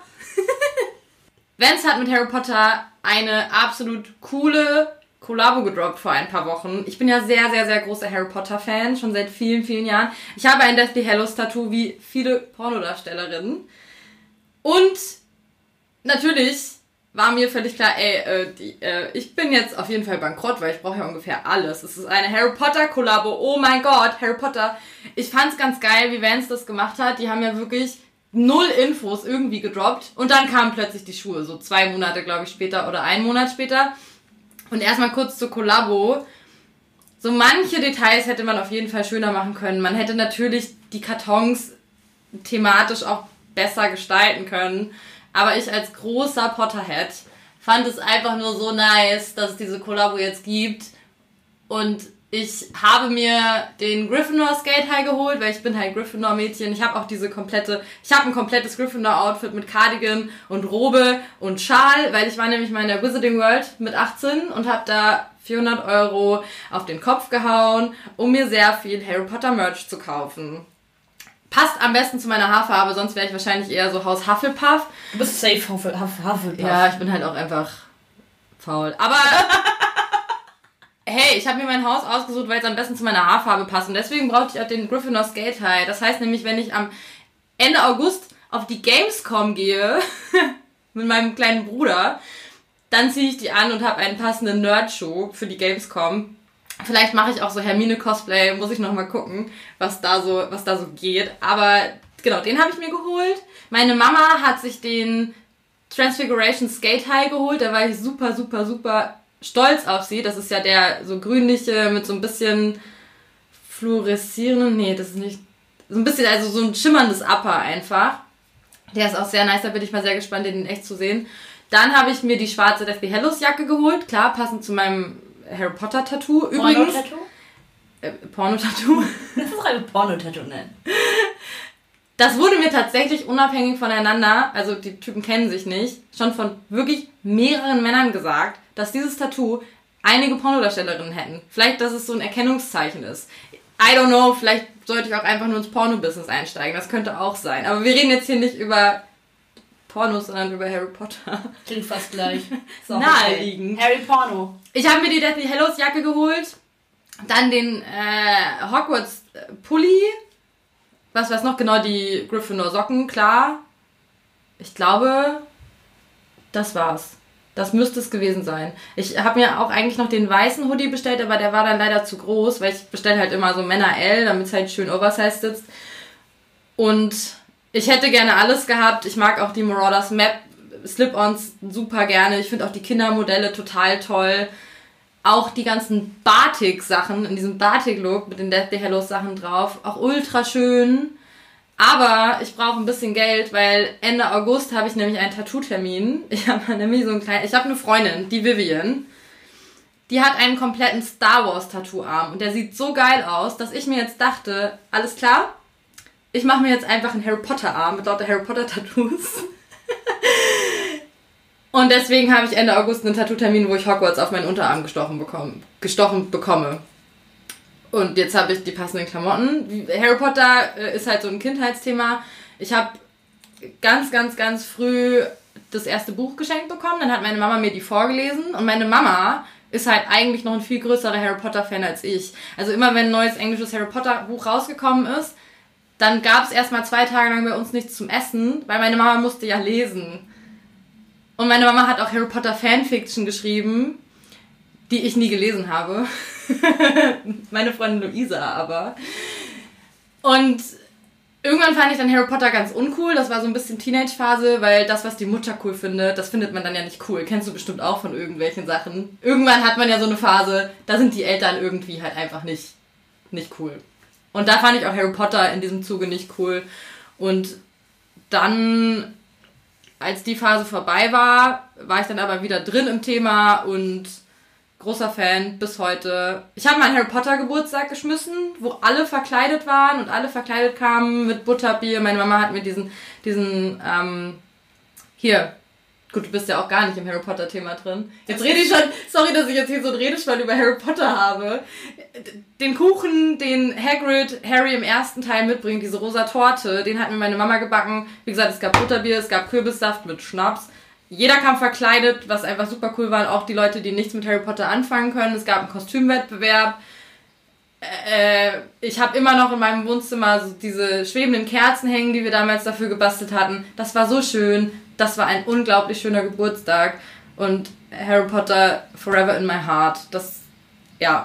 Vance hat mit Harry Potter eine absolut coole Kollabo gedroppt vor ein paar Wochen. Ich bin ja sehr, sehr, sehr großer Harry Potter-Fan, schon seit vielen, vielen Jahren. Ich habe ein Deathly Hallows-Tattoo wie viele Pornodarstellerinnen. Und natürlich war mir völlig klar, ey, äh, die, äh, ich bin jetzt auf jeden Fall bankrott, weil ich brauche ja ungefähr alles. Es ist eine Harry Potter-Kollabo, oh mein Gott, Harry Potter. Ich fand's ganz geil, wie Vance das gemacht hat. Die haben ja wirklich... null Infos irgendwie gedroppt und dann kamen plötzlich die Schuhe, so zwei Monate, glaube ich, später oder einen Monat später. Und erstmal kurz zur Kollabo. So manche Details hätte man auf jeden Fall schöner machen können. Man hätte natürlich die Kartons thematisch auch besser gestalten können. Aber ich als großer Potterhead fand es einfach nur so nice, dass es diese Kollabo jetzt gibt. Und ich habe mir den Gryffindor Skate High geholt, weil ich bin halt Gryffindor-Mädchen. Ich habe auch diese komplette, ich habe ein komplettes Gryffindor-Outfit mit Cardigan und Robe und Schal, weil ich war nämlich mal in der Wizarding World mit achtzehn und habe da vierhundert Euro auf den Kopf gehauen, um mir sehr viel Harry Potter Merch zu kaufen. Passt am besten zu meiner Haarfarbe, sonst wäre ich wahrscheinlich eher so Haus Hufflepuff. Du bist safe Hufflepuff. Ja, ich bin halt auch einfach faul. Aber... Hey, ich habe mir mein Haus ausgesucht, weil es am besten zu meiner Haarfarbe passt. Und deswegen brauchte ich auch den Gryffindor Skate High. Das heißt nämlich, wenn ich am Ende August auf die Gamescom gehe, mit meinem kleinen Bruder, dann ziehe ich die an und habe einen passenden Nerd-Schuh für die Gamescom. Vielleicht mache ich auch so Hermine-Cosplay, muss ich noch mal gucken, was da so, was da so geht. Aber genau, den habe ich mir geholt. Meine Mama hat sich den Transfiguration Skate High geholt. Da war ich super, super, super stolz auf sie. Das ist ja der so grünliche mit so ein bisschen fluoreszierenden, nee, das ist nicht, so ein bisschen, also so ein schimmerndes Upper einfach. Der ist auch sehr nice, da bin ich mal sehr gespannt, den in echt zu sehen. Dann habe ich mir die schwarze Deathly Hallows Jacke geholt, klar, passend zu meinem Harry Potter Tattoo. Übrigens. Porno-Tattoo? Äh, Porno-Tattoo. Das ist auch ein Porno-Tattoo nennen. Das wurde mir tatsächlich unabhängig voneinander, also die Typen kennen sich nicht, schon von wirklich mehreren Männern gesagt, dass dieses Tattoo einige Pornodarstellerinnen hätten. Vielleicht, dass es so ein Erkennungszeichen ist. I don't know, vielleicht sollte ich auch einfach nur ins Porno-Business einsteigen. Das könnte auch sein. Aber wir reden jetzt hier nicht über Pornos, sondern über Harry Potter. Klingt fast gleich. So, naheliegend. Okay. Harry Porno. Ich habe mir die Deathly Hallows Jacke geholt. Dann den äh, Hogwarts Pulli. Was war's noch? Genau, die Gryffindor Socken, klar. Ich glaube, das war's. Das müsste es gewesen sein. Ich habe mir auch eigentlich noch den weißen Hoodie bestellt, aber der war dann leider zu groß, weil ich bestelle halt immer so Männer L, damit es halt schön oversized sitzt. Und ich hätte gerne alles gehabt. Ich mag auch die Marauders Map Slip-Ons super gerne. Ich finde auch die Kindermodelle total toll. Auch die ganzen Batik-Sachen, in diesem Batik-Look mit den Deathly Hallows Sachen drauf. Auch ultra schön. Aber ich brauche ein bisschen Geld, weil Ende August habe ich nämlich einen Tattoo-Termin. Ich habe nämlich so einen kleinen... Ich habe eine Freundin, die Vivian. Die hat einen kompletten Star Wars-Tattoo-Arm. Und der sieht so geil aus, dass ich mir jetzt dachte, alles klar, ich mache mir jetzt einfach einen Harry Potter-Arm mit lauter Harry Potter-Tattoos. Und deswegen habe ich Ende August einen Tattoo-Termin, wo ich Hogwarts auf meinen Unterarm gestochen bekomme. Gestochen bekomme. Und jetzt habe ich die passenden Klamotten. Harry Potter äh, ist halt so ein Kindheitsthema. Ich habe ganz, ganz, ganz früh das erste Buch geschenkt bekommen. Dann hat meine Mama mir die vorgelesen. Und meine Mama ist halt eigentlich noch ein viel größerer Harry Potter-Fan als ich. Also immer wenn ein neues englisches Harry Potter-Buch rausgekommen ist, dann gab es erstmal zwei Tage lang bei uns nichts zum Essen, weil meine Mama musste ja lesen. Und meine Mama hat auch Harry Potter Fanfiction geschrieben, die ich nie gelesen habe. Meine Freundin Luisa aber. Und irgendwann fand ich dann Harry Potter ganz uncool. Das war so ein bisschen Teenage-Phase, weil das, was die Mutter cool findet, das findet man dann ja nicht cool. Kennst du bestimmt auch von irgendwelchen Sachen. Irgendwann hat man ja so eine Phase, da sind die Eltern irgendwie halt einfach nicht, nicht cool. Und da fand ich auch Harry Potter in diesem Zuge nicht cool. Und dann, als die Phase vorbei war, war ich dann aber wieder drin im Thema und großer Fan bis heute. Ich habe meinen Harry Potter Geburtstag geschmissen, wo alle verkleidet waren und alle verkleidet kamen mit Butterbier. Meine Mama hat mir diesen, diesen, ähm, hier, gut, du bist ja auch gar nicht im Harry Potter Thema drin. Jetzt rede ich schon, sorry, dass ich jetzt hier so einen Redespann über Harry Potter habe. Den Kuchen, den Hagrid Harry im ersten Teil mitbringt, diese rosa Torte, den hat mir meine Mama gebacken. Wie gesagt, es gab Butterbier, es gab Kürbissaft mit Schnaps. Jeder kam verkleidet, was einfach super cool war. Auch die Leute, die nichts mit Harry Potter anfangen können. Es gab einen Kostümwettbewerb. Äh, ich habe immer noch in meinem Wohnzimmer so diese schwebenden Kerzen hängen, die wir damals dafür gebastelt hatten. Das war so schön. Das war ein unglaublich schöner Geburtstag. Und Harry Potter forever in my heart. Das, ja.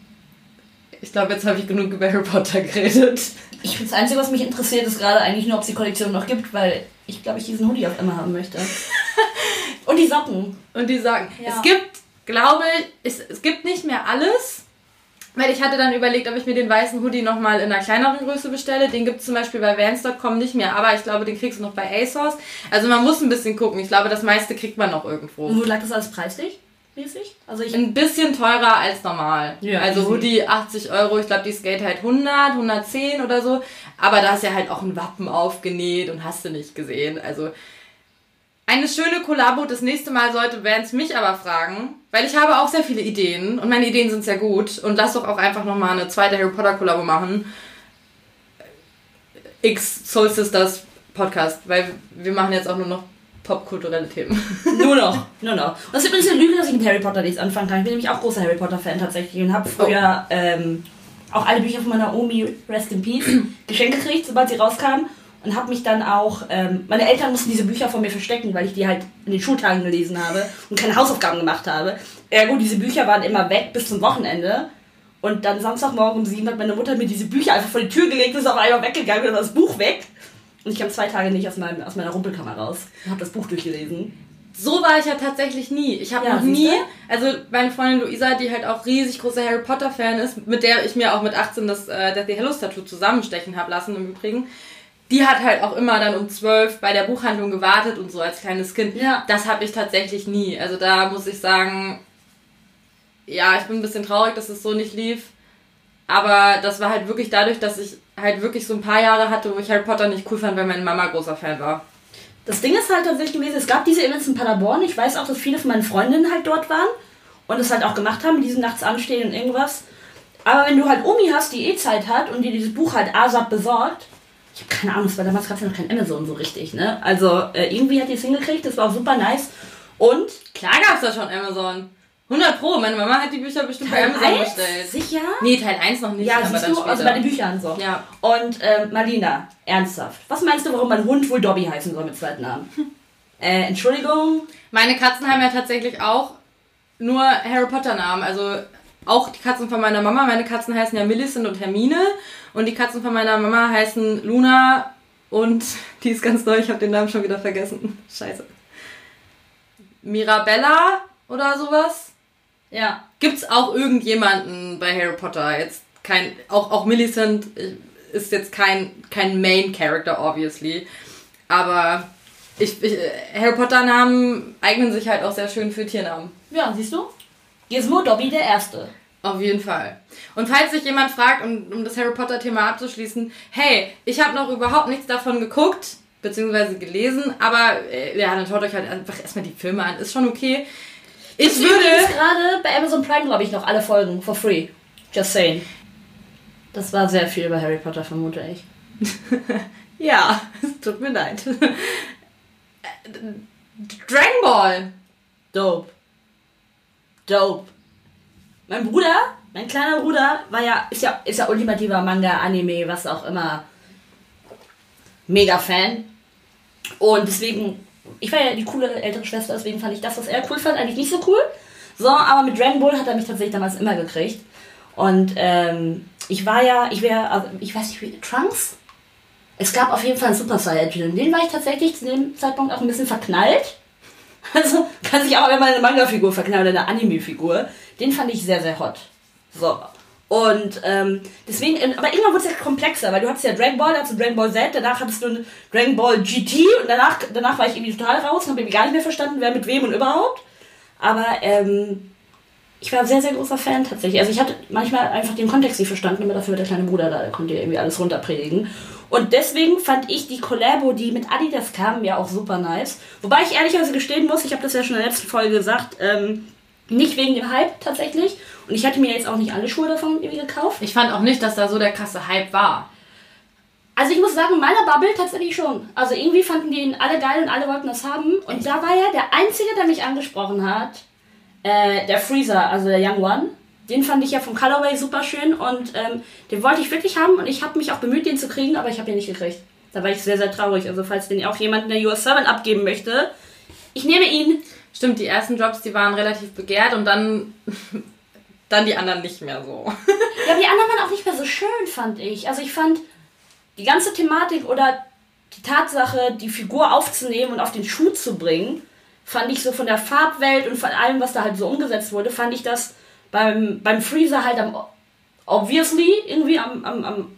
Ich glaube, jetzt habe ich genug über Harry Potter geredet. Ich, das Einzige, was mich interessiert, ist gerade eigentlich nur, ob es die Kollektion noch gibt, weil ich glaube, ich diesen Hoodie auf einmal haben möchte. Und die Socken. Und die Socken. Ja. Es gibt, glaube ich, es, es gibt nicht mehr alles, weil ich hatte dann überlegt, ob ich mir den weißen Hoodie nochmal in einer kleineren Größe bestelle. Den gibt es zum Beispiel bei Vans Punkt com nicht mehr, aber ich glaube, den kriegst du noch bei ASOS. Also man muss ein bisschen gucken. Ich glaube, das meiste kriegt man noch irgendwo. Und wo lag das alles preislich? Mäßig? Also ich ein bisschen teurer als normal. Ja, also easy. Hoodie achtzig Euro, ich glaube die Skate halt hundert, hundertzehn oder so. Aber da ist ja halt auch ein Wappen aufgenäht und hast du nicht gesehen. Also eine schöne Kollabo. Das nächste Mal sollte Vans mich aber fragen, weil ich habe auch sehr viele Ideen und meine Ideen sind sehr gut. Und lass doch auch einfach nochmal eine zweite Harry Potter Kollabo machen. X Soul Sisters Podcast, weil wir machen jetzt auch nur noch popkulturelle Themen. Nur noch, nur noch. Und es ist übrigens eine Lüge, dass ich mit Harry Potter nichts anfangen kann. Ich bin nämlich auch großer Harry Potter Fan tatsächlich und habe früher oh. ähm, auch alle Bücher von meiner Omi, Rest in Peace, geschenkt gekriegt, sobald sie rauskamen. Und habe mich dann auch, ähm, meine Eltern mussten diese Bücher von mir verstecken, weil ich die halt in den Schultagen gelesen habe und keine Hausaufgaben gemacht habe. Ergo, diese Bücher waren immer weg bis zum Wochenende. Und dann Samstagmorgen um sieben hat meine Mutter mir diese Bücher einfach vor die Tür gelegt und ist auf einmal weggegangen und das Buch weg. Und ich kam zwei Tage nicht aus, meinem, aus meiner Rumpelkammer raus und habe das Buch durchgelesen. So war ich ja tatsächlich nie. Ich habe Ja, noch nie, siehste? also meine Freundin Luisa, die halt auch riesig großer Harry Potter Fan ist, mit der ich mir auch mit achtzehn das äh, Deathly Hallows Tattoo zusammenstechen habe lassen im Übrigen, die hat halt auch immer dann um zwölf bei der Buchhandlung gewartet und so als kleines Kind. Ja. Das habe ich tatsächlich nie. Also da muss ich sagen, ja, ich bin ein bisschen traurig, dass es so nicht lief. Aber das war halt wirklich dadurch, dass ich halt wirklich so ein paar Jahre hatte, wo ich Harry Potter nicht cool fand, weil meine Mama großer Fan war. Das Ding ist halt tatsächlich gewesen, es gab diese Events in Paderborn. Ich weiß auch, dass viele von meinen Freundinnen halt dort waren und es halt auch gemacht haben, diesen nachts anstehen und irgendwas. Aber wenn du halt Omi hast, die eh Zeit hat und dir dieses Buch halt ASAP besorgt, ich habe keine Ahnung, es war damals gab es ja noch kein Amazon so richtig, ne? Also äh, irgendwie hat die es hingekriegt, das war auch super nice. Und Klar gab's da schon Amazon. hundert Pro, meine Mama hat die Bücher bestimmt bei Teil Amazon eins? bestellt. Sicher? Nee, Teil eins noch nicht, Ja, aber siehst dann du, später. also bei den Büchern so. Ja. Und äh, Marlina, ernsthaft, was meinst du, warum mein Hund wohl Dobby heißen soll mit zweiten Namen? äh, Entschuldigung? Meine Katzen haben ja tatsächlich auch nur Harry Potter Namen, also auch die Katzen von meiner Mama. Meine Katzen heißen ja Millicent und Hermine und die Katzen von meiner Mama heißen Luna und die ist ganz neu, ich habe den Namen schon wieder vergessen. Scheiße. Mirabella oder sowas. Ja. Gibt's auch irgendjemanden bei Harry Potter? Jetzt kein, auch, auch Millicent ist jetzt kein, kein Main Character, obviously. Aber ich, ich, Harry Potter Namen eignen sich halt auch sehr schön für Tiernamen. Ja, siehst du? Gizmo Dobby der Erste. Auf jeden Fall. Und falls sich jemand fragt, um, um das Harry Potter Thema abzuschließen, hey, ich habe noch überhaupt nichts davon geguckt, beziehungsweise gelesen, aber äh, ja, dann schaut euch halt einfach erstmal die Filme an, ist schon okay. Ich Ich würde... würde gerade bei Amazon Prime, glaube ich, noch alle Folgen for free. Just saying. Das war sehr viel bei Harry Potter, vermute ich. Ja, es tut mir leid. Dragon Ball. Dope. Dope. Mein Bruder, mein kleiner Bruder, war ja, ist ja, ist ja ultimativer Manga, Anime, was auch immer. Mega Fan. Und deswegen, ich war ja die coole ältere Schwester, deswegen fand ich das, was er cool fand, eigentlich nicht so cool. So, aber mit Dragon Ball hat er mich tatsächlich damals immer gekriegt. Und ähm, ich war ja, ich wäre, also, ich weiß nicht, wie, Trunks? Es gab auf jeden Fall einen Super Saiyajin. Den war ich tatsächlich zu dem Zeitpunkt auch ein bisschen verknallt. Also kann sich auch immer eine Manga-Figur verknallen oder eine Anime-Figur. Den fand ich sehr, sehr hot. So. Und ähm, deswegen, aber irgendwann wurde es ja komplexer, weil du hattest ja Dragon Ball, dann hattest du Dragon Ball Z, danach hattest du Dragon Ball G T und danach, danach war ich irgendwie total raus und habe irgendwie gar nicht mehr verstanden, wer mit wem und überhaupt. Aber ähm, ich war ein sehr, sehr großer Fan tatsächlich. Also ich hatte manchmal einfach den Kontext nicht verstanden, aber dafür war der kleine Bruder da, der konnte ja irgendwie alles runterpredigen. Und deswegen fand ich die Collabo, die mit Adidas kam, ja auch super nice. Wobei ich ehrlicherweise gestehen muss, ich habe das ja schon in der letzten Folge gesagt, ähm, nicht wegen dem Hype tatsächlich. Und ich hatte mir jetzt auch nicht alle Schuhe davon irgendwie gekauft. Ich fand auch nicht, dass da so der krasse Hype war. Also ich muss sagen, in meiner Bubble tatsächlich schon. Also irgendwie fanden die ihn alle geil und alle wollten das haben. Und da war ja der Einzige, der mich angesprochen hat, äh, der Freezer, also der Young One. Den fand ich ja vom Colorway super schön und ähm, den wollte ich wirklich haben und ich habe mich auch bemüht, den zu kriegen, aber ich habe ihn nicht gekriegt. Da war ich sehr, sehr traurig. Also falls den auch jemand in der U S sieben abgeben möchte, ich nehme ihn. Stimmt, die ersten Drops, die waren relativ begehrt und dann, dann die anderen nicht mehr so. Ja, aber die anderen waren auch nicht mehr so schön, fand ich. Also ich fand die ganze Thematik oder die Tatsache, die Figur aufzunehmen und auf den Schuh zu bringen, fand ich so von der Farbwelt und von allem, was da halt so umgesetzt wurde, fand ich das beim, beim Freezer halt am, obviously, irgendwie am, am, am,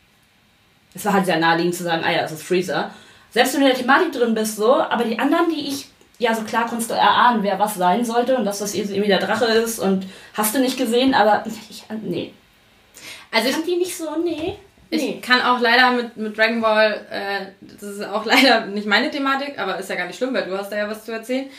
es war halt sehr naheliegend zu sagen, ah ja, es ist Freezer. Selbst wenn du in der Thematik drin bist, so, aber die anderen, die ich, ja, so klar konntest du erahnen, wer was sein sollte und dass das irgendwie der Drache ist und hast du nicht gesehen, aber ich, nee. Also ich fand die nicht so, nee. Ich nee. kann auch leider mit, mit Dragon Ball, äh, das ist auch leider nicht meine Thematik, aber ist ja gar nicht schlimm, weil du hast da ja was zu erzählen.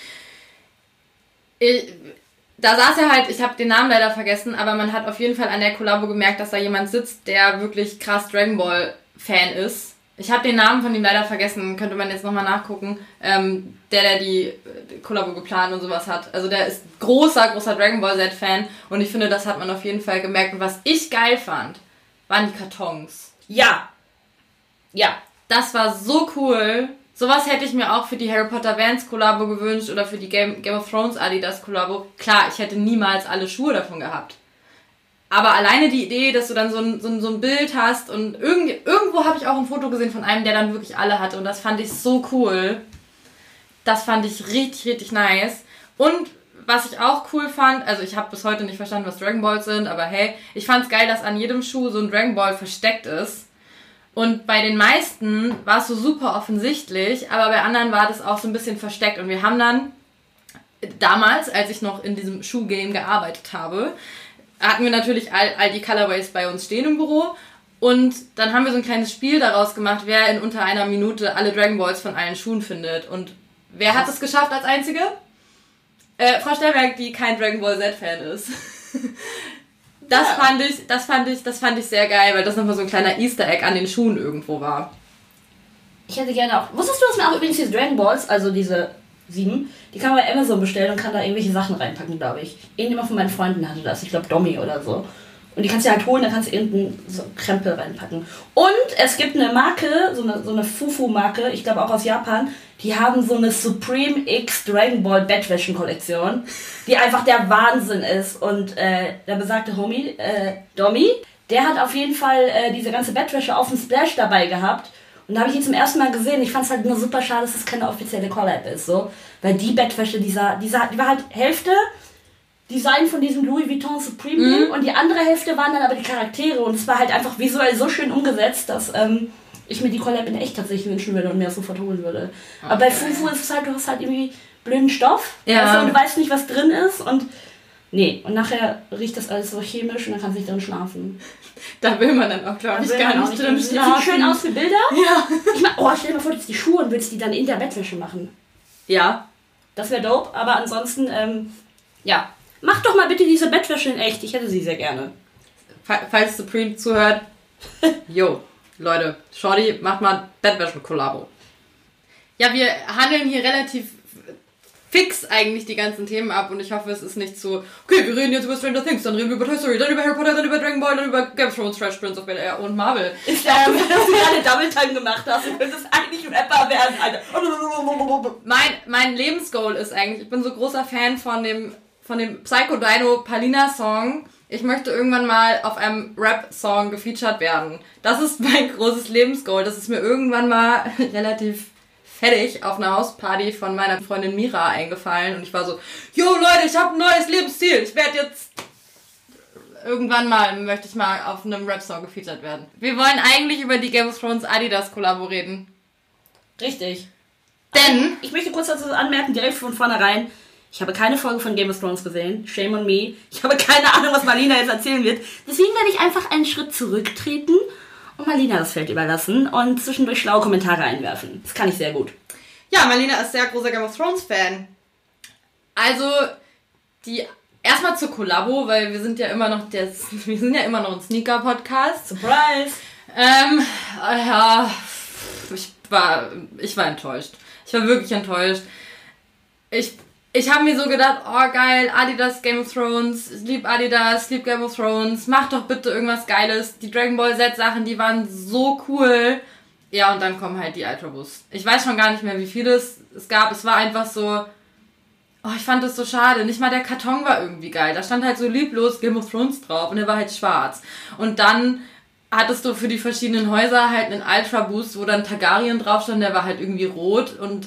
Ich, da saß er halt, ich habe den Namen leider vergessen, aber man hat auf jeden Fall an der Kollabo gemerkt, dass da jemand sitzt, der wirklich krass Dragon Ball Fan ist. Ich habe den Namen von ihm leider vergessen, könnte man jetzt nochmal nachgucken, ähm, der, der die Kollabo geplant und sowas hat. Also der ist großer, großer Dragon Ball Z Fan und ich finde, das hat man auf jeden Fall gemerkt. Und was ich geil fand, waren die Kartons. Ja. Ja. Das war so cool. Sowas hätte ich mir auch für die Harry Potter Vans Kollabo gewünscht oder für die Game, Game of Thrones Adidas Kollabo. Klar, ich hätte niemals alle Schuhe davon gehabt. Aber alleine die Idee, dass du dann so ein, so ein, so ein Bild hast und irgend, irgendwo habe ich auch ein Foto gesehen von einem, der dann wirklich alle hatte und das fand ich so cool. Das fand ich richtig, richtig nice. Und was ich auch cool fand, also ich habe bis heute nicht verstanden, was Dragon Balls sind, aber hey, ich fand es geil, dass an jedem Schuh so ein Dragon Ball versteckt ist. Und bei den meisten war es so super offensichtlich, aber bei anderen war das auch so ein bisschen versteckt. Und wir haben dann damals, als ich noch in diesem Schuhgame gearbeitet habe, hatten wir natürlich all, all die Colorways bei uns stehen im Büro. Und dann haben wir so ein kleines Spiel daraus gemacht, wer in unter einer Minute alle Dragon Balls von allen Schuhen findet. Und wer hat es geschafft als Einzige? Äh, Frau Stellberg, die kein Dragon Ball Z-Fan ist. Das ja. fand ich, das fand ich, das fand ich sehr geil, weil das nochmal so ein kleiner Easter Egg an den Schuhen irgendwo war. Ich hätte gerne auch. Wusstest du, dass man auch übrigens diese Dragon Balls, also diese sieben, die kann man bei Amazon bestellen und kann da irgendwelche Sachen reinpacken, glaube ich. Irgendjemand von meinen Freunden hatte das, ich glaube Domi oder so. Und die kannst du halt holen, dann kannst du irgendeinen so Krempel reinpacken. Und es gibt eine Marke, so eine, so eine Fufu-Marke, ich glaube auch aus Japan, die haben so eine Supreme X Dragon Ball Bettwäschen-Kollektion, die einfach der Wahnsinn ist. Und äh, der besagte Homie, äh, Domi, der hat auf jeden Fall äh, diese ganze Bettwäsche auf dem Splash dabei gehabt. Und da habe ich ihn zum ersten Mal gesehen. Ich fand es halt nur super schade, dass es keine offizielle Collab ist. So. Weil die Bettwäsche, die, sah, die, sah, die war halt Hälfte Design von diesem Louis Vuitton Supreme Ding mhm. und die andere Hälfte waren dann aber die Charaktere. Und es war halt einfach visuell so schön umgesetzt, dass ähm, ich mir die Collab in echt tatsächlich wünschen würde und mir das sofort holen würde. Okay. Aber bei Fufu ist es halt, du hast halt irgendwie blöden Stoff. Ja. Also, und du weißt nicht, was drin ist. Und nee, und nachher riecht das alles so chemisch und dann kannst du nicht drin schlafen. Da will man dann auch, glaube ich, gar nicht drin schlafen. Das sieht schön aus für Bilder. Ja. Ich mein, oh, stell dir mal vor, du hast die Schuhe und willst die dann in der Bettwäsche machen. Ja. Das wäre dope, aber ansonsten, ähm, ja. Mach doch mal bitte diese Bettwäsche in echt. Ich hätte sie sehr gerne. Falls Supreme zuhört, jo, Leute, Shorty, macht mal Bettwäsche-Kollabo. Ja, wir handeln hier relativ fix eigentlich die ganzen Themen ab und ich hoffe, es ist nicht so, okay, wir reden jetzt über Stranger Things, dann reden wir über Toy Story, dann über Harry Potter, dann über Dragon Ball, dann über Game of Thrones, Fresh Prince of Bel-Air und Marvel. Ich glaube, ähm, dass du gerade Double Time gemacht hast, du könntest eigentlich Rapper werden, Alter. Mein, mein Lebensgoal ist eigentlich, ich bin so großer Fan von dem, von dem Psycho Dino Palina Song. Ich möchte irgendwann mal auf einem Rap-Song gefeatured werden. Das ist mein großes Lebensgoal. Das ist mir irgendwann mal relativ fertig auf einer Hausparty von meiner Freundin Mira eingefallen. Und ich war so, yo Leute, ich habe ein neues Lebensstil. Ich werde jetzt... Irgendwann mal möchte ich mal auf einem Rap-Song gefeatured werden. Wir wollen eigentlich über die Game of Thrones Adidas-Kollabo reden. Richtig. Denn... Ich möchte kurz dazu anmerken, direkt von vornherein, ich habe keine Folge von Game of Thrones gesehen. Shame on me. Ich habe keine Ahnung, was Marlina jetzt erzählen wird. Deswegen werde ich einfach einen Schritt zurücktreten und Marlina das Feld überlassen und zwischendurch schlaue Kommentare einwerfen. Das kann ich sehr gut. Ja, Marlina ist sehr großer Game of Thrones Fan. Also, die erstmal zur Kollabo, weil wir sind ja immer noch der, wir sind ja immer noch ein Sneaker-Podcast. Surprise! Ähm, ja, ich war, ich war enttäuscht. Ich war wirklich enttäuscht. Ich Ich habe mir so gedacht, oh geil, Adidas, Game of Thrones, ich lieb Adidas, ich lieb Game of Thrones, mach doch bitte irgendwas Geiles. Die Dragon Ball Z Sachen, die waren so cool. Ja, und dann kommen halt die Ultraboosts. Ich weiß schon gar nicht mehr, wie viele es, es gab. Es war einfach so, oh, ich fand das so schade. Nicht mal der Karton war irgendwie geil. Da stand halt so lieblos Game of Thrones drauf und er war halt schwarz. Und dann hattest du für die verschiedenen Häuser halt einen Ultraboost, wo dann Targaryen drauf stand, der war halt irgendwie rot und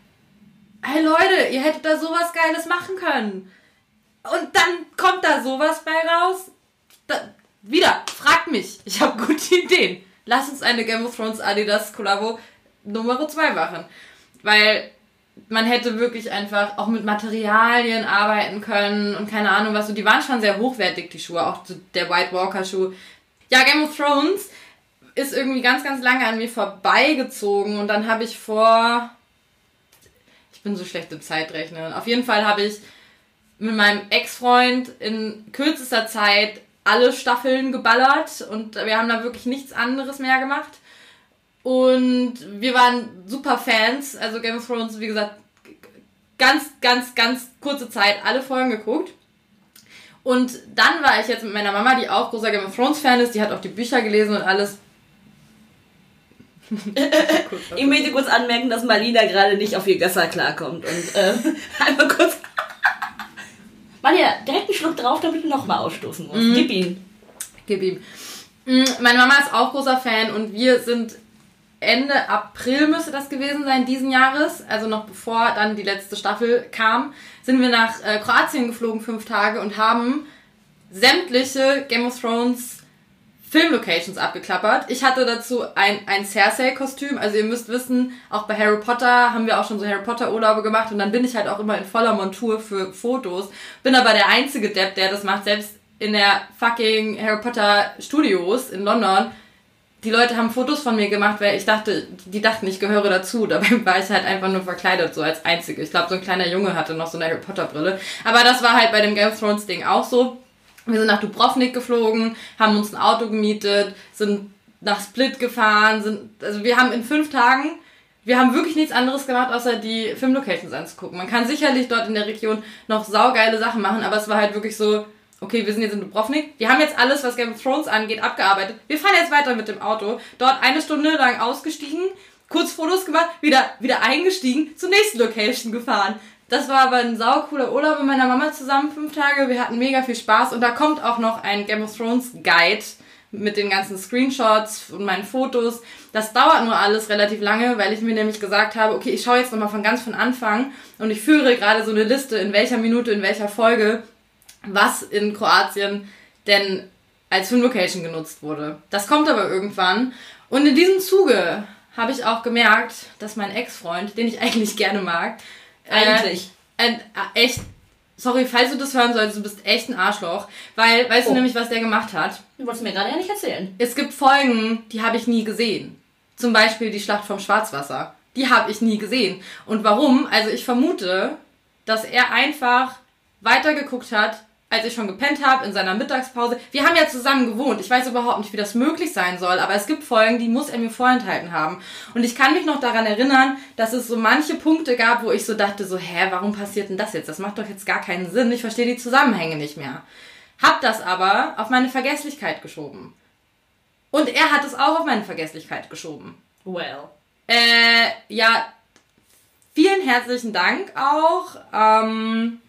hey Leute, ihr hättet da sowas Geiles machen können. Und dann kommt da sowas bei raus. Da, wieder, fragt mich. Ich habe gute Ideen. Lass uns eine Game of Thrones Adidas Kollabo Nummer zwei machen. Weil man hätte wirklich einfach auch mit Materialien arbeiten können und keine Ahnung was. Und die waren schon sehr hochwertig, die Schuhe. Auch der White Walker Schuh. Ja, Game of Thrones ist irgendwie ganz, ganz lange an mir vorbeigezogen. Und dann habe ich vor... Ich bin so schlecht im Zeitrechnen. Auf jeden Fall habe ich mit meinem Ex-Freund in kürzester Zeit alle Staffeln geballert und wir haben da wirklich nichts anderes mehr gemacht. Und wir waren super Fans. Also Game of Thrones, wie gesagt, ganz, ganz, ganz kurze Zeit alle Folgen geguckt. Und dann war ich jetzt mit meiner Mama, die auch großer Game of Thrones Fan ist, die hat auch die Bücher gelesen und alles. Ich möchte kurz anmerken, dass Marlina gerade nicht auf ihr Gösser klarkommt. Und äh, einmal kurz... Marlina, direkt einen Schluck drauf, damit du nochmal ausstoßen musst. Mhm. Gib ihn. Gib ihm. Meine Mama ist auch großer Fan und wir sind Ende April müsste das gewesen sein, diesen Jahres, also noch bevor dann die letzte Staffel kam, sind wir nach äh, Kroatien geflogen, fünf Tage und haben sämtliche Game of Thrones Filmlocations abgeklappert. Ich hatte dazu ein, ein Cersei-Kostüm, also ihr müsst wissen, auch bei Harry Potter haben wir auch schon so Harry Potter-Urlaube gemacht und dann bin ich halt auch immer in voller Montur für Fotos, bin aber der einzige Depp, der das macht, selbst in der fucking Harry Potter Studios in London. Die Leute haben Fotos von mir gemacht, weil ich dachte, die dachten, ich gehöre dazu. Dabei war ich halt einfach nur verkleidet, so als Einzige. Ich glaube, so ein kleiner Junge hatte noch so eine Harry Potter Brille. Aber das war halt bei dem Game of Thrones Ding auch so. Wir sind nach Dubrovnik geflogen, haben uns ein Auto gemietet, sind nach Split gefahren, sind, also wir haben in fünf Tagen, wir haben wirklich nichts anderes gemacht, außer die Filmlocations anzugucken. Man kann sicherlich dort in der Region noch saugeile Sachen machen, aber es war halt wirklich so, okay, wir sind jetzt in Dubrovnik. Wir haben jetzt alles, was Game of Thrones angeht, abgearbeitet. Wir fahren jetzt weiter mit dem Auto. Dort eine Stunde lang ausgestiegen, kurz Fotos gemacht, wieder, wieder eingestiegen, zur nächsten Location gefahren. Das war aber ein saucooler Urlaub mit meiner Mama zusammen, fünf Tage. Wir hatten mega viel Spaß und da kommt auch noch ein Game of Thrones Guide mit den ganzen Screenshots und meinen Fotos. Das dauert nur alles relativ lange, weil ich mir nämlich gesagt habe, okay, ich schaue jetzt nochmal von ganz von Anfang und ich führe gerade so eine Liste, in welcher Minute, in welcher Folge was in Kroatien denn als Filmlocation genutzt wurde. Das kommt aber irgendwann. Und in diesem Zuge habe ich auch gemerkt, dass mein Ex-Freund, den ich eigentlich gerne mag, eigentlich äh, äh, echt, sorry, falls du das hören solltest, du bist echt ein Arschloch, weil, weißt oh. du nämlich, was der gemacht hat? Du wolltest mir gerade ja nicht erzählen. Es gibt Folgen, die habe ich nie gesehen. Zum Beispiel die Schlacht vom Schwarzwasser. Die habe ich nie gesehen. Und warum? Also ich vermute, dass er einfach weitergeguckt hat, als ich schon gepennt habe, in seiner Mittagspause. Wir haben ja zusammen gewohnt. Ich weiß überhaupt nicht, wie das möglich sein soll, aber es gibt Folgen, die muss er mir vorenthalten haben. Und ich kann mich noch daran erinnern, dass es so manche Punkte gab, wo ich so dachte, so, hä, warum passiert denn das jetzt? Das macht doch jetzt gar keinen Sinn. Ich verstehe die Zusammenhänge nicht mehr. Hab das aber auf meine Vergesslichkeit geschoben. Und er hat es auch auf meine Vergesslichkeit geschoben. Well. Äh, ja, vielen herzlichen Dank auch. Ähm...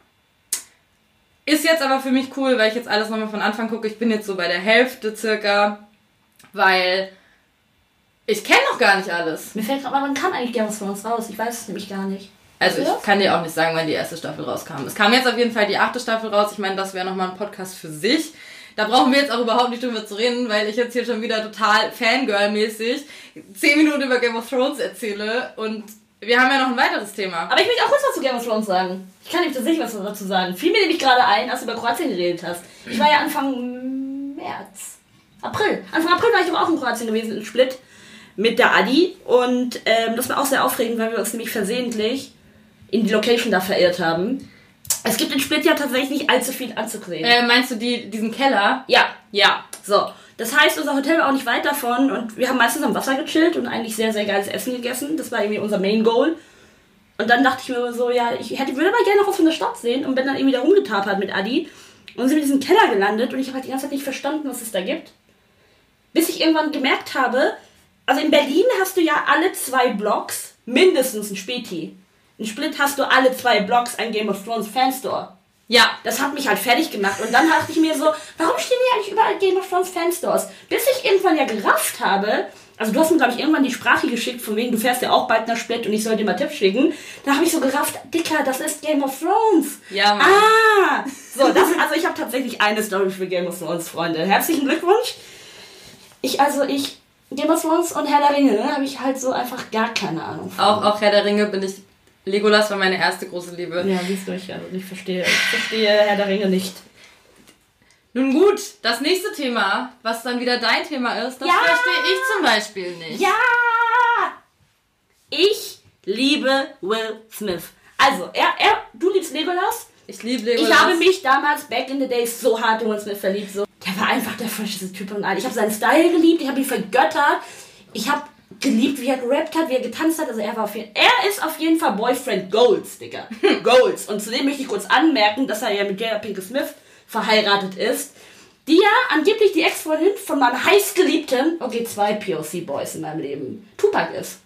Ist jetzt aber für mich cool, weil ich jetzt alles nochmal von Anfang gucke. Ich bin jetzt so bei der Hälfte circa, weil ich kenne noch gar nicht alles. Mir fällt gerade mal, wann kam eigentlich Game of Thrones raus? Ich weiß es nämlich gar nicht. Also ich kann dir auch nicht sagen, wann die erste Staffel rauskam. Es kam jetzt auf jeden Fall die achte Staffel raus. Ich meine, das wäre nochmal ein Podcast für sich. Da brauchen wir jetzt auch überhaupt nicht drüber zu reden, weil ich jetzt hier schon wieder total Fangirl-mäßig zehn Minuten über Game of Thrones erzähle und wir haben ja noch ein weiteres Thema. Aber ich möchte auch kurz was zu Game of Thrones sagen. Ich kann nämlich tatsächlich was dazu sagen. Fiel mir nämlich gerade ein, als du über Kroatien geredet hast. Ich war ja Anfang März. April. Anfang April war ich doch auch in Kroatien gewesen, in Split. Mit der Adi. Und ähm, das war auch sehr aufregend, weil wir uns nämlich versehentlich in die Location da verirrt haben. Es gibt in Split ja tatsächlich nicht allzu viel anzusehen. Äh, meinst du die, diesen Keller? Ja. Ja. So. Das heißt, unser Hotel war auch nicht weit davon und wir haben meistens am Wasser gechillt und eigentlich sehr, sehr geiles Essen gegessen. Das war irgendwie unser Main Goal. Und dann dachte ich mir so, ja, ich hätte, würde aber gerne noch was von der Stadt sehen und bin dann irgendwie da rumgetapert mit Adi. Und sind in diesem Keller gelandet und ich habe halt die ganze Zeit nicht verstanden, was es da gibt. Bis ich irgendwann gemerkt habe, also in Berlin hast du ja alle zwei Blocks mindestens ein Späti. In Split hast du alle zwei Blocks ein Game of Thrones Fanstore. Ja, das hat mich halt fertig gemacht. Und dann dachte ich mir so, warum stehen hier eigentlich überall Game of Thrones Fanstores? Bis ich irgendwann ja gerafft habe, also du hast mir, glaube ich, irgendwann die Sprache geschickt, von wegen, du fährst ja auch bald nach Split und ich soll dir mal Tipps schicken. Da habe ich so gerafft, Dicker, das ist Game of Thrones. Ja, Mann. Ah! So, das, also ich habe tatsächlich eine Story für Game of Thrones, Freunde. Herzlichen Glückwunsch. Ich, also ich, Game of Thrones und Herr der Ringe, ne, habe ich halt so einfach gar keine Ahnung von. Auch, auch Herr der Ringe bin ich... Legolas war meine erste große Liebe. Ja, siehst du, ich, also ich verstehe, ich verstehe Herr der Ringe nicht. Nun gut, das nächste Thema, was dann wieder dein Thema ist, das ja! verstehe ich zum Beispiel nicht. Ja! Ich liebe Will Smith. Also, er, er, du liebst Legolas. Ich liebe Legolas. Ich habe mich damals, back in the days, so hart in Will Smith verliebt. So. Der war einfach der frischeste Typ und all. Ich habe seinen Style geliebt, ich habe ihn vergöttert. Ich habe geliebt, wie er gerappt hat, wie er getanzt hat. Also er war auf jeden Er ist auf jeden Fall Boyfriend Goals, Digga. Goals. Und zudem möchte ich kurz anmerken, dass er ja mit Jada Pinkett Smith verheiratet ist, die ja angeblich die Ex-Freundin von meinem heißgeliebten, okay, zwei P O C-Boys in meinem Leben, Tupac ist.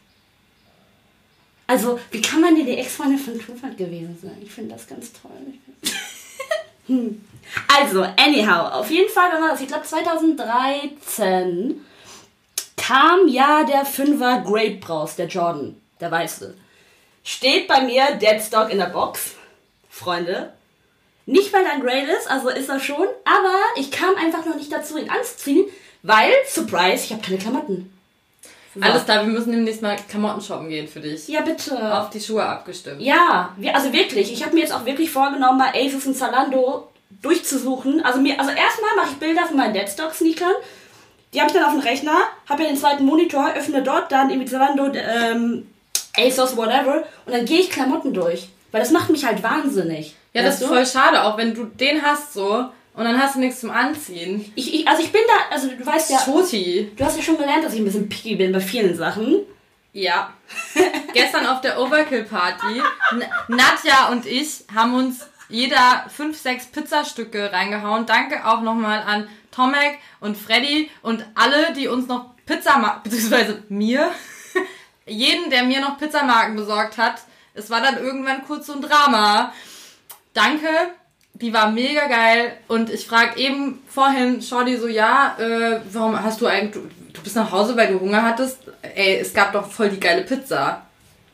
Also, wie kann man denn die Ex-Freundin von Tupac gewesen sein? Ich finde das ganz toll. Hm. Also, anyhow, auf jeden Fall, wenn man das, ich glaube zwanzig dreizehn kam ja der Fünfer Grape raus, der Jordan, der weiße. Steht bei mir Deadstock in der Box, Freunde. Nicht, weil er ein Grail ist, also ist er schon, aber ich kam einfach noch nicht dazu, ihn anzuziehen, weil, surprise, ich habe keine Klamotten. So. Alles klar, wir müssen demnächst mal Klamotten shoppen gehen für dich. Ja, bitte. Auf die Schuhe abgestimmt. Ja, wir, also wirklich, ich habe mir jetzt auch wirklich vorgenommen, mal Asus und Zalando durchzusuchen. Also mir, also erstmal mache ich Bilder von meinen Deadstock-Sneakern. Die habe ich dann auf dem Rechner, habe ja den zweiten Monitor, öffne dort dann irgendwie Zalando, ähm, Asos, whatever, und dann gehe ich Klamotten durch. Weil das macht mich halt wahnsinnig. Ja, das ist voll schade, auch wenn du den hast so und dann hast du nichts zum Anziehen. Ich, ich, also ich bin da, also du weißt ja, Schoti. Du hast ja schon gelernt, dass ich ein bisschen picky bin bei vielen Sachen. Ja. Gestern auf der Overkill-Party, N- Nadja und ich haben uns jeder fünf, sechs Pizzastücke reingehauen. Danke auch nochmal an Tomek und Freddy und alle, die uns noch Pizzamarken, beziehungsweise mir, jeden, der mir noch Pizzamarken besorgt hat. Es war dann irgendwann kurz so ein Drama. Danke, die war mega geil. Und ich frage eben vorhin Shorty so, ja, äh, warum hast du eigentlich, du, du bist nach Hause, weil du Hunger hattest? Ey, es gab doch voll die geile Pizza.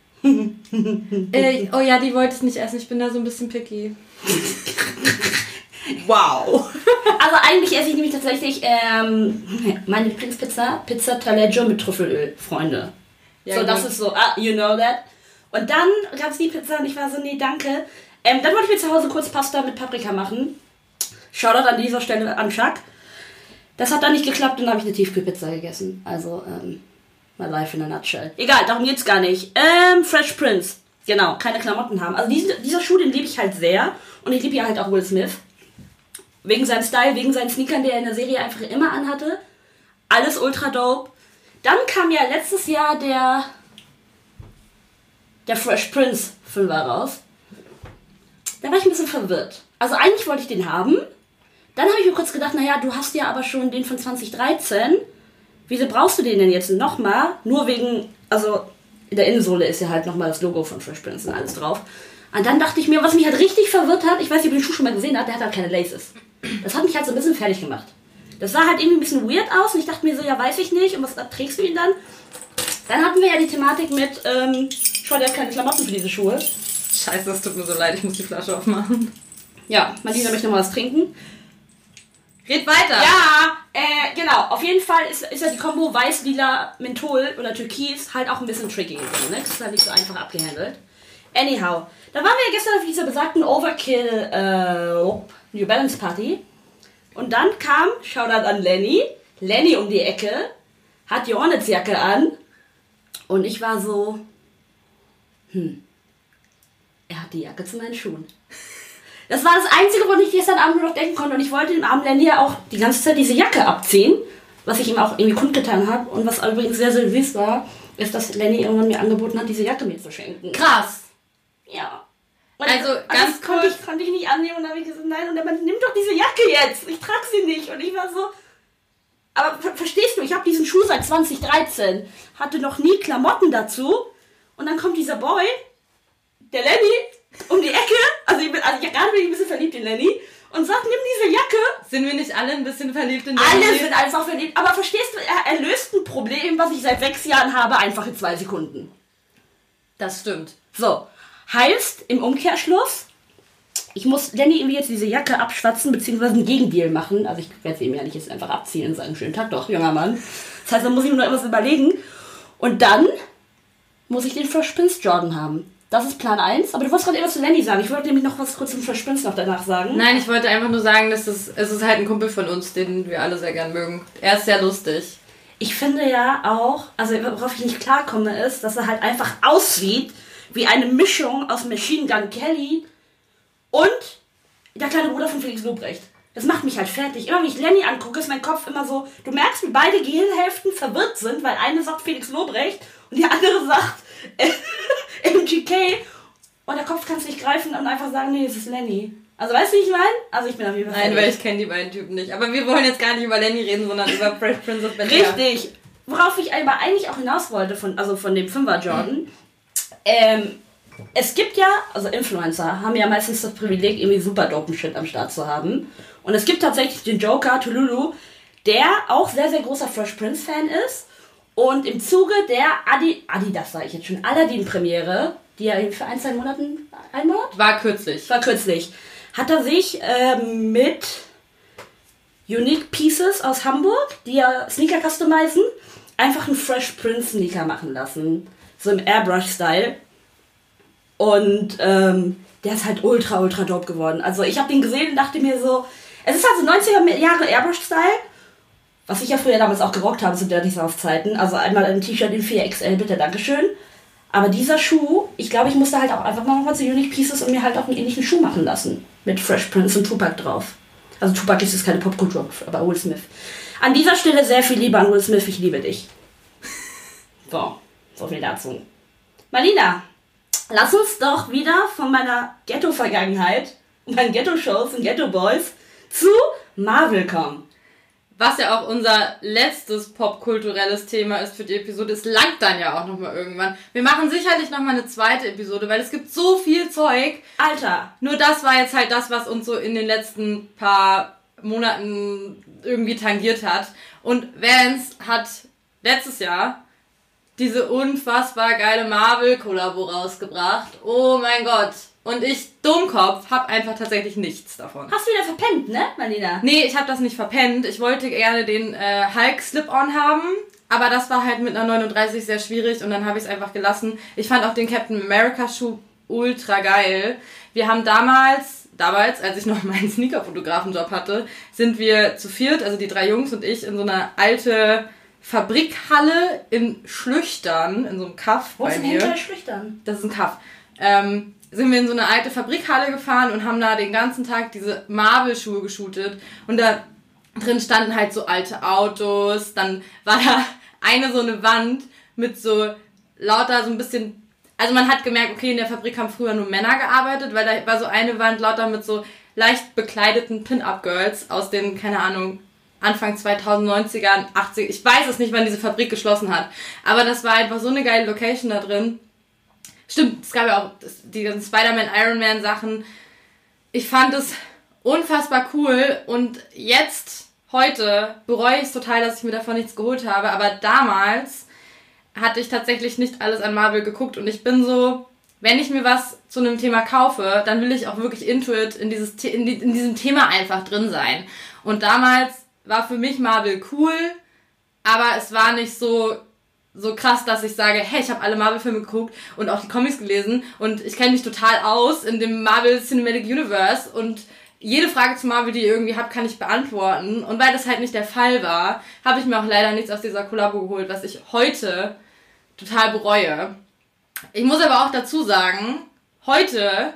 äh, oh ja, die wollte ich nicht essen, ich bin da so ein bisschen picky. Wow. Also eigentlich esse ich nämlich tatsächlich ähm, meine Lieblingspizza, Pizza Taleggio mit Trüffelöl, Freunde. Ja, so, gut. Das ist so, ah, you know that. Und dann gab es die Pizza und ich war so, nee, danke. Ähm, dann wollte ich mir zu Hause kurz Pasta mit Paprika machen. Shoutout an dieser Stelle an Chuck. Das hat dann nicht geklappt und dann habe ich eine Tiefkühlpizza gegessen. Also, ähm, my life in a nutshell. Egal, darum geht's gar nicht. Ähm, Fresh Prince. Genau, keine Klamotten haben. Also diese, dieser Schuh, den liebe ich halt sehr. Und ich liebe ja halt auch Will Smith. Wegen seinem Style, wegen seinen Sneakern, die er in der Serie einfach immer anhatte. Alles ultra dope. Dann kam ja letztes Jahr der der Fresh Prince Fünfer raus. Da war ich ein bisschen verwirrt. Also eigentlich wollte ich den haben. Dann habe ich mir kurz gedacht, naja, du hast ja aber schon den von zwanzig dreizehn. Wieso brauchst du den denn jetzt nochmal? Nur wegen, also in der Innensohle ist ja halt nochmal das Logo von Fresh Prince und alles drauf. Und dann dachte ich mir, was mich halt richtig verwirrt hat, ich weiß nicht, ob ihr den Schuh schon mal gesehen habt, der hat halt keine Laces. Das hat mich halt so ein bisschen fertig gemacht. Das sah halt irgendwie ein bisschen weird aus und ich dachte mir so, ja, weiß ich nicht. Und was trägst du ihn dann? Dann hatten wir ja die Thematik mit, ähm, schon, der hat keine Klamotten für diese Schuhe. Scheiße, das tut mir so leid, ich muss die Flasche aufmachen. Ja, Marlina möchte noch mal was trinken. Red weiter! Ja, äh, genau. Auf jeden Fall ist, ist ja die Kombo weiß-lila Menthol oder Türkis halt auch ein bisschen tricky. Ne? Das ist halt nicht so einfach abgehandelt. Anyhow, da waren wir ja gestern auf dieser besagten Overkill äh, New Balance Party. Und dann kam, Shoutout an Lenny, Lenny um die Ecke, hat die Hornets-Jacke an. Und ich war so, hm, er hat die Jacke zu meinen Schuhen. Das war das Einzige, woran ich gestern Abend nur noch denken konnte. Und ich wollte dem armen Lenny ja auch die ganze Zeit diese Jacke abziehen, was ich ihm auch irgendwie kundgetan habe. Und was übrigens sehr, sehr süß war, ist, dass Lenny irgendwann mir angeboten hat, diese Jacke mir zu schenken. Krass! Ja. Und also das, ganz das konnte ich, konnte ich nicht annehmen und dann habe ich gesagt, nein, und er meinte, nimm doch diese Jacke jetzt, ich trage sie nicht. Und ich war so, aber ver verstehst du, ich habe diesen Schuh seit zwanzig dreizehn, hatte noch nie Klamotten dazu und dann kommt dieser Boy, der Lenny, um die Ecke, also ich bin, also ich, gerade bin ich ein bisschen verliebt in Lenny und sagt, nimm diese Jacke. Sind wir nicht alle ein bisschen verliebt in Lenny? Alle sind einfach verliebt, aber verstehst du, er, er löst ein Problem, was ich seit sechs Jahren habe, einfach in zwei Sekunden. Das stimmt. So. Heißt, im Umkehrschluss, ich muss Lenny irgendwie jetzt diese Jacke abschwatzen, beziehungsweise einen Gegendeal machen. Also ich werde sie ihm ja nicht jetzt einfach abziehen und sagen, schönen Tag doch, junger Mann. Das heißt, da muss ich mir noch etwas überlegen. Und dann muss ich den Fresh Prince Jordan haben. Das ist Plan eins. Aber du wolltest gerade etwas zu Lenny sagen. Ich wollte nämlich noch was kurz zum Fresh Prince noch danach sagen. Nein, ich wollte einfach nur sagen, dass es, es ist halt ein Kumpel von uns, den wir alle sehr gern mögen. Er ist sehr lustig. Ich finde ja auch, also worauf ich nicht klarkomme, ist, dass er halt einfach aussieht wie eine Mischung aus Machine Gun Kelly und der kleine Bruder von Felix Lobrecht. Das macht mich halt fertig. Immer wenn ich Lenny angucke, ist mein Kopf immer so, du merkst, wie beide Gehirnhälften verwirrt sind, weil eine sagt Felix Lobrecht und die andere sagt äh, M G K und der Kopf kann es nicht greifen und einfach sagen, nee, das ist Lenny. Also weißt du, wie ich meine? Also ich bin auf jeden Fall Nein, fertig. Weil ich kenne die beiden Typen nicht. Aber wir wollen jetzt gar nicht über Lenny reden, sondern über Fresh Prince of Bel-Air. Richtig. Worauf ich aber eigentlich auch hinaus wollte, von, also von dem Fünfer Jordan, mhm. ähm, es gibt ja, also Influencer haben ja meistens das Privileg, irgendwie super dopen Shit am Start zu haben. Und es gibt tatsächlich den Joker, Tululu, der auch sehr, sehr großer Fresh Prince Fan ist. Und im Zuge der Adi, Adidas, sage ich jetzt schon, Aladdin-Premiere, die ja für ein, zwei Monaten, ein Monat? War kürzlich. War kürzlich. Hat er sich äh, mit Unique Pieces aus Hamburg, die ja Sneaker customizen, einfach einen Fresh Prince Sneaker machen lassen. So im Airbrush-Style. Und ähm, der ist halt ultra, ultra dope geworden. Also ich habe den gesehen und dachte mir so, es ist halt so neunziger Jahre Airbrush-Style, was ich ja früher damals auch gerockt habe zu Dirty South Zeiten. Also einmal ein T-Shirt in vier X L, bitte, dankeschön. Aber dieser Schuh, ich glaube, ich musste halt auch einfach mal nochmal zu Unique Pieces und mir halt auch einen ähnlichen Schuh machen lassen. Mit Fresh Prince und Tupac drauf. Also Tupac ist jetzt keine Popkultur, aber Will Smith. An dieser Stelle sehr viel Liebe an Will Smith, ich liebe dich. So, so viel dazu. Marlina, lass uns doch wieder von meiner Ghetto-Vergangenheit, meinen Ghetto-Shows und Ghetto-Boys zu Marvel kommen. Was ja auch unser letztes popkulturelles Thema ist für die Episode. Es langt dann ja auch nochmal irgendwann. Wir machen sicherlich nochmal eine zweite Episode, weil es gibt so viel Zeug. Alter! Nur das war jetzt halt das, was uns so in den letzten paar Monaten irgendwie tangiert hat. Und Vance hat letztes Jahr diese unfassbar geile Marvel-Kollabo rausgebracht. Oh mein Gott. Und ich, Dummkopf, hab einfach tatsächlich nichts davon. Hast du wieder verpennt, ne, Marlina? Nee, ich hab das nicht verpennt. Ich wollte gerne den äh, Hulk Slip-On haben, aber das war halt mit einer neununddreißig sehr schwierig und dann habe ich es einfach gelassen. Ich fand auch den Captain America Schuh ultra geil. Wir haben damals, damals, als ich noch meinen Sneaker-Fotografenjob hatte, sind wir zu viert, also die drei Jungs und ich, in so eine alte Fabrikhalle in Schlüchtern, in so einem Kaff bei mir. Wo ist denn hinter Schlüchtern? Das ist ein Kaff. Ähm, sind wir in so eine alte Fabrikhalle gefahren und haben da den ganzen Tag diese Marvel-Schuhe geshootet. Und da drin standen halt so alte Autos. Dann war da eine so eine Wand mit so lauter so ein bisschen... Also man hat gemerkt, okay, in der Fabrik haben früher nur Männer gearbeitet, weil da war so eine Wand lauter mit so leicht bekleideten Pin-Up-Girls aus den, keine Ahnung, Anfang zweitausendneunzigern, achtzigern. Ich weiß es nicht, wann diese Fabrik geschlossen hat. Aber das war einfach so eine geile Location da drin. Stimmt, es gab ja auch die ganzen Spider-Man, Iron Man Sachen. Ich fand es unfassbar cool und jetzt, heute, bereue ich es total, dass ich mir davon nichts geholt habe, aber damals hatte ich tatsächlich nicht alles an Marvel geguckt und ich bin so, wenn ich mir was zu einem Thema kaufe, dann will ich auch wirklich into it, in, dieses, in, die, in diesem Thema einfach drin sein. Und damals war für mich Marvel cool, aber es war nicht so... so krass, dass ich sage, hey, ich habe alle Marvel-Filme geguckt und auch die Comics gelesen und ich kenne mich total aus in dem Marvel Cinematic Universe und jede Frage zu Marvel, die ihr irgendwie habt, kann ich beantworten. Und weil das halt nicht der Fall war, habe ich mir auch leider nichts aus dieser Kollabo geholt, was ich heute total bereue. Ich muss aber auch dazu sagen, heute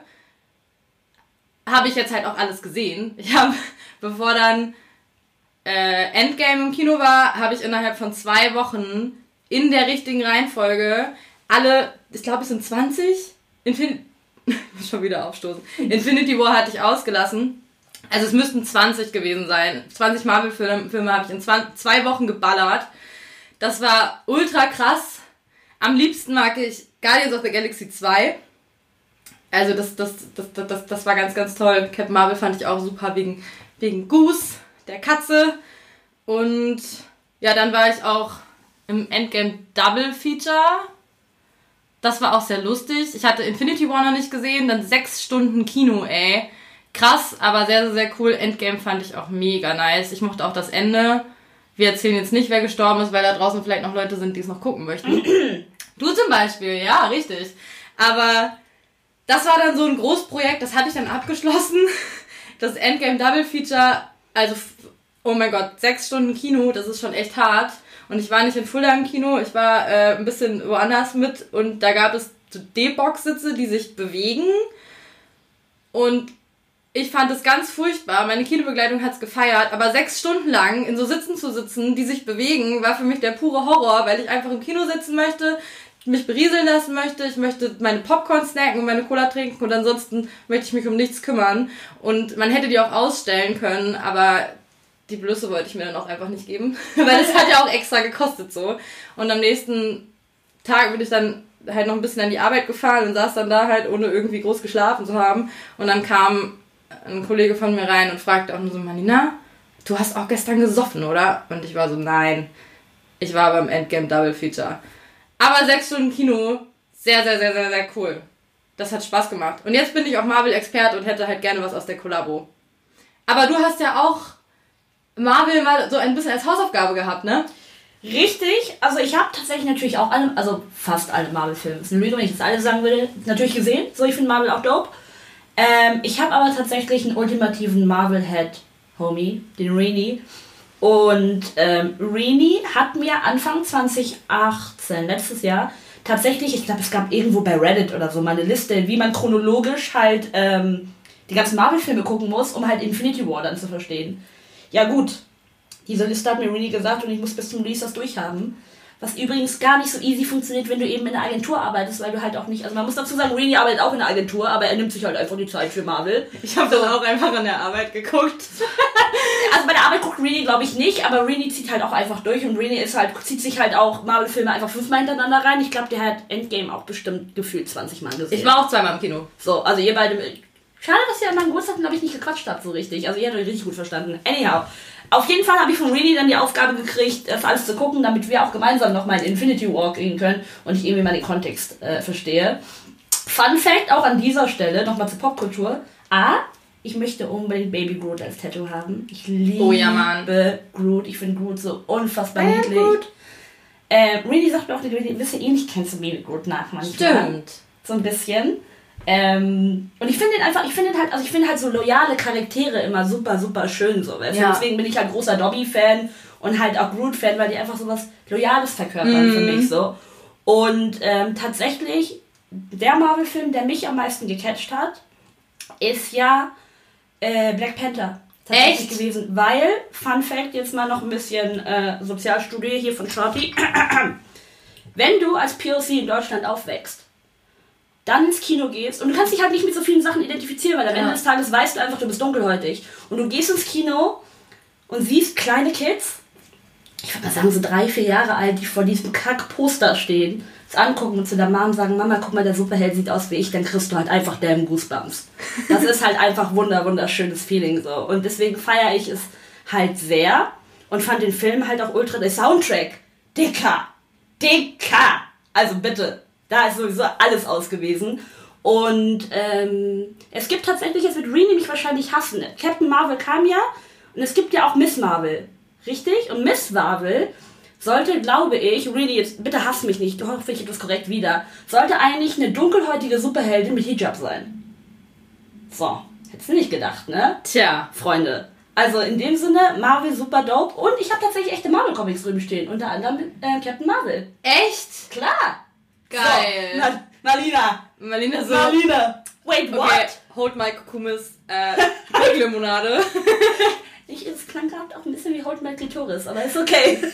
habe ich jetzt halt auch alles gesehen. Ich habe, bevor dann äh, Endgame im Kino war, habe ich innerhalb von zwei Wochen in der richtigen Reihenfolge alle, ich glaube es sind zwanzig, Infin- ich muss schon wieder aufstoßen, Infinity War hatte ich ausgelassen, also es müssten zwanzig gewesen sein, zwanzig Marvel-Filme habe ich in zwanzig, zwei Wochen geballert, das war ultra krass, am liebsten mag ich Guardians of the Galaxy zwei, also das, das, das, das, das, das war ganz, ganz toll, Captain Marvel fand ich auch super wegen, wegen Goose, der Katze und ja, dann war ich auch im Endgame Double Feature. Das war auch sehr lustig. Ich hatte Infinity War noch nicht gesehen, dann sechs Stunden Kino, ey. Krass, aber sehr, sehr, sehr cool. Endgame fand ich auch mega nice. Ich mochte auch das Ende. Wir erzählen jetzt nicht, wer gestorben ist, weil da draußen vielleicht noch Leute sind, die es noch gucken möchten. Du zum Beispiel, ja, richtig. Aber das war dann so ein Großprojekt, das hatte ich dann abgeschlossen. Das Endgame Double Feature, also, oh mein Gott, sechs Stunden Kino, das ist schon echt hart. Und ich war nicht in Fulda im Kino, ich war äh, ein bisschen woanders mit und da gab es so D-Box-Sitze, die sich bewegen und ich fand es ganz furchtbar. Meine Kinobegleitung hat es gefeiert, aber sechs Stunden lang in so Sitzen zu sitzen, die sich bewegen, war für mich der pure Horror, weil ich einfach im Kino sitzen möchte, mich berieseln lassen möchte, ich möchte meine Popcorn snacken und meine Cola trinken und ansonsten möchte ich mich um nichts kümmern und man hätte die auch ausstellen können, aber... Die Blöße wollte ich mir dann auch einfach nicht geben, weil es hat ja auch extra gekostet so. Und am nächsten Tag bin ich dann halt noch ein bisschen an die Arbeit gefahren und saß dann da halt, ohne irgendwie groß geschlafen zu haben. Und dann kam ein Kollege von mir rein und fragte auch nur so, Marlina, du hast auch gestern gesoffen, oder? Und ich war so, nein, ich war beim Endgame Double Feature. Aber sechs Stunden Kino, sehr, sehr, sehr, sehr, sehr cool. Das hat Spaß gemacht. Und jetzt bin ich auch Marvel-Experte und hätte halt gerne was aus der Kollabo. Aber du hast ja auch Marvel mal so ein bisschen als Hausaufgabe gehabt, ne? Richtig, also ich habe tatsächlich natürlich auch alle, also fast alle Marvel-Filme, das ist eine Lüge, wenn ich jetzt alle sagen würde, natürlich gesehen, so ich finde Marvel auch dope. Ähm, ich habe aber tatsächlich einen ultimativen Marvel-Head-Homie, den Reenie. Und ähm, Reenie hat mir Anfang zwanzig achtzehn, letztes Jahr, tatsächlich, ich glaube es gab irgendwo bei Reddit oder so mal eine Liste, wie man chronologisch halt ähm, die ganzen Marvel-Filme gucken muss, um halt Infinity War dann zu verstehen. Ja gut, diese Liste hat mir Reenie gesagt und ich muss bis zum Release das durchhaben. Was übrigens gar nicht so easy funktioniert, wenn du eben in einer Agentur arbeitest, weil du halt auch nicht, also man muss dazu sagen, Reenie arbeitet auch in einer Agentur, aber er nimmt sich halt einfach die Zeit für Marvel. Ich habe dann auch einfach an der Arbeit geguckt. Also bei der Arbeit guckt Reenie glaube ich nicht, aber Reenie zieht halt auch einfach durch und Reenie ist halt, zieht sich halt auch Marvel-Filme einfach fünfmal hintereinander rein. Ich glaube, der hat Endgame auch bestimmt gefühlt zwanzig Mal gesehen. Ich war auch zweimal im Kino. So, also ihr beide, schade, dass ihr an meinem Geburtstag, glaube ich, nicht gequatscht habt so richtig. Also ihr habt euch richtig gut verstanden. Anyhow. Auf jeden Fall habe ich von Reenie dann die Aufgabe gekriegt, das alles zu gucken, damit wir auch gemeinsam nochmal in Infinity War gehen können und ich irgendwie mal den Kontext äh, verstehe. Fun Fact auch an dieser Stelle, nochmal zur Popkultur. A, ich möchte unbedingt Baby Groot als Tattoo haben. Ich liebe oh, ja, Mann. Groot. Ich finde Groot so unfassbar äh, niedlich. Groot. Äh, Reenie sagt mir auch, ein bisschen ähnlich kennst du Baby Groot nach manchmal. Stimmt. So ein bisschen. Ähm, und ich finde ihn einfach, ich finde halt, also ich finde halt so loyale Charaktere immer super, super schön so. Weißt? Ja. Deswegen bin ich halt großer Dobby-Fan und halt auch Groot-Fan, weil die einfach so was Loyales verkörpern mm. für mich so. Und ähm, tatsächlich, der Marvel-Film, der mich am meisten gecatcht hat, ist ja äh, Black Panther. Tatsächlich Echt? gewesen. Weil, Fun Fact, jetzt mal noch ein bisschen äh, Sozialstudie hier von Shorty. Wenn du als P O C in Deutschland aufwächst, dann ins Kino gehst und du kannst dich halt nicht mit so vielen Sachen identifizieren, weil am ja. Ende des Tages weißt du einfach, du bist dunkelhäutig. Und du gehst ins Kino und siehst kleine Kids, ich würde mal sagen so drei, vier Jahre alt, die vor diesem Kack-Poster stehen, es angucken und zu der Mom sagen, Mama, guck mal, der Superheld sieht aus wie ich, dann kriegst du halt einfach damn Goosebumps. Das ist halt einfach wunder, wunderschönes Feeling so. Und deswegen feiere ich es halt sehr und fand den Film halt auch ultra, der Soundtrack, dicker, dicker, also bitte. Da ist sowieso alles aus gewesen. Und ähm, es gibt tatsächlich, jetzt wird Reenie mich wahrscheinlich hassen. Captain Marvel kam ja und es gibt ja auch Miss Marvel. Richtig? Und Miss Marvel sollte, glaube ich, Reenie, jetzt bitte hass mich nicht, ich hoffe, ich habe das korrekt wieder, sollte eigentlich eine dunkelhäutige Superheldin mit Hijab sein. So, hättest du nicht gedacht, ne? Tja. Freunde. Also in dem Sinne, Marvel super dope. Und ich habe tatsächlich echte Marvel-Comics drüben stehen. Unter anderem äh, Captain Marvel. Echt? Klar. Geil. So, Ma- Marlina. Marlina so. Marlina. Wait, what? Okay, hold my Kukumis äh, Limonade. Ich, es klang gerade auch ein bisschen wie Hold my Klitoris, aber ist okay.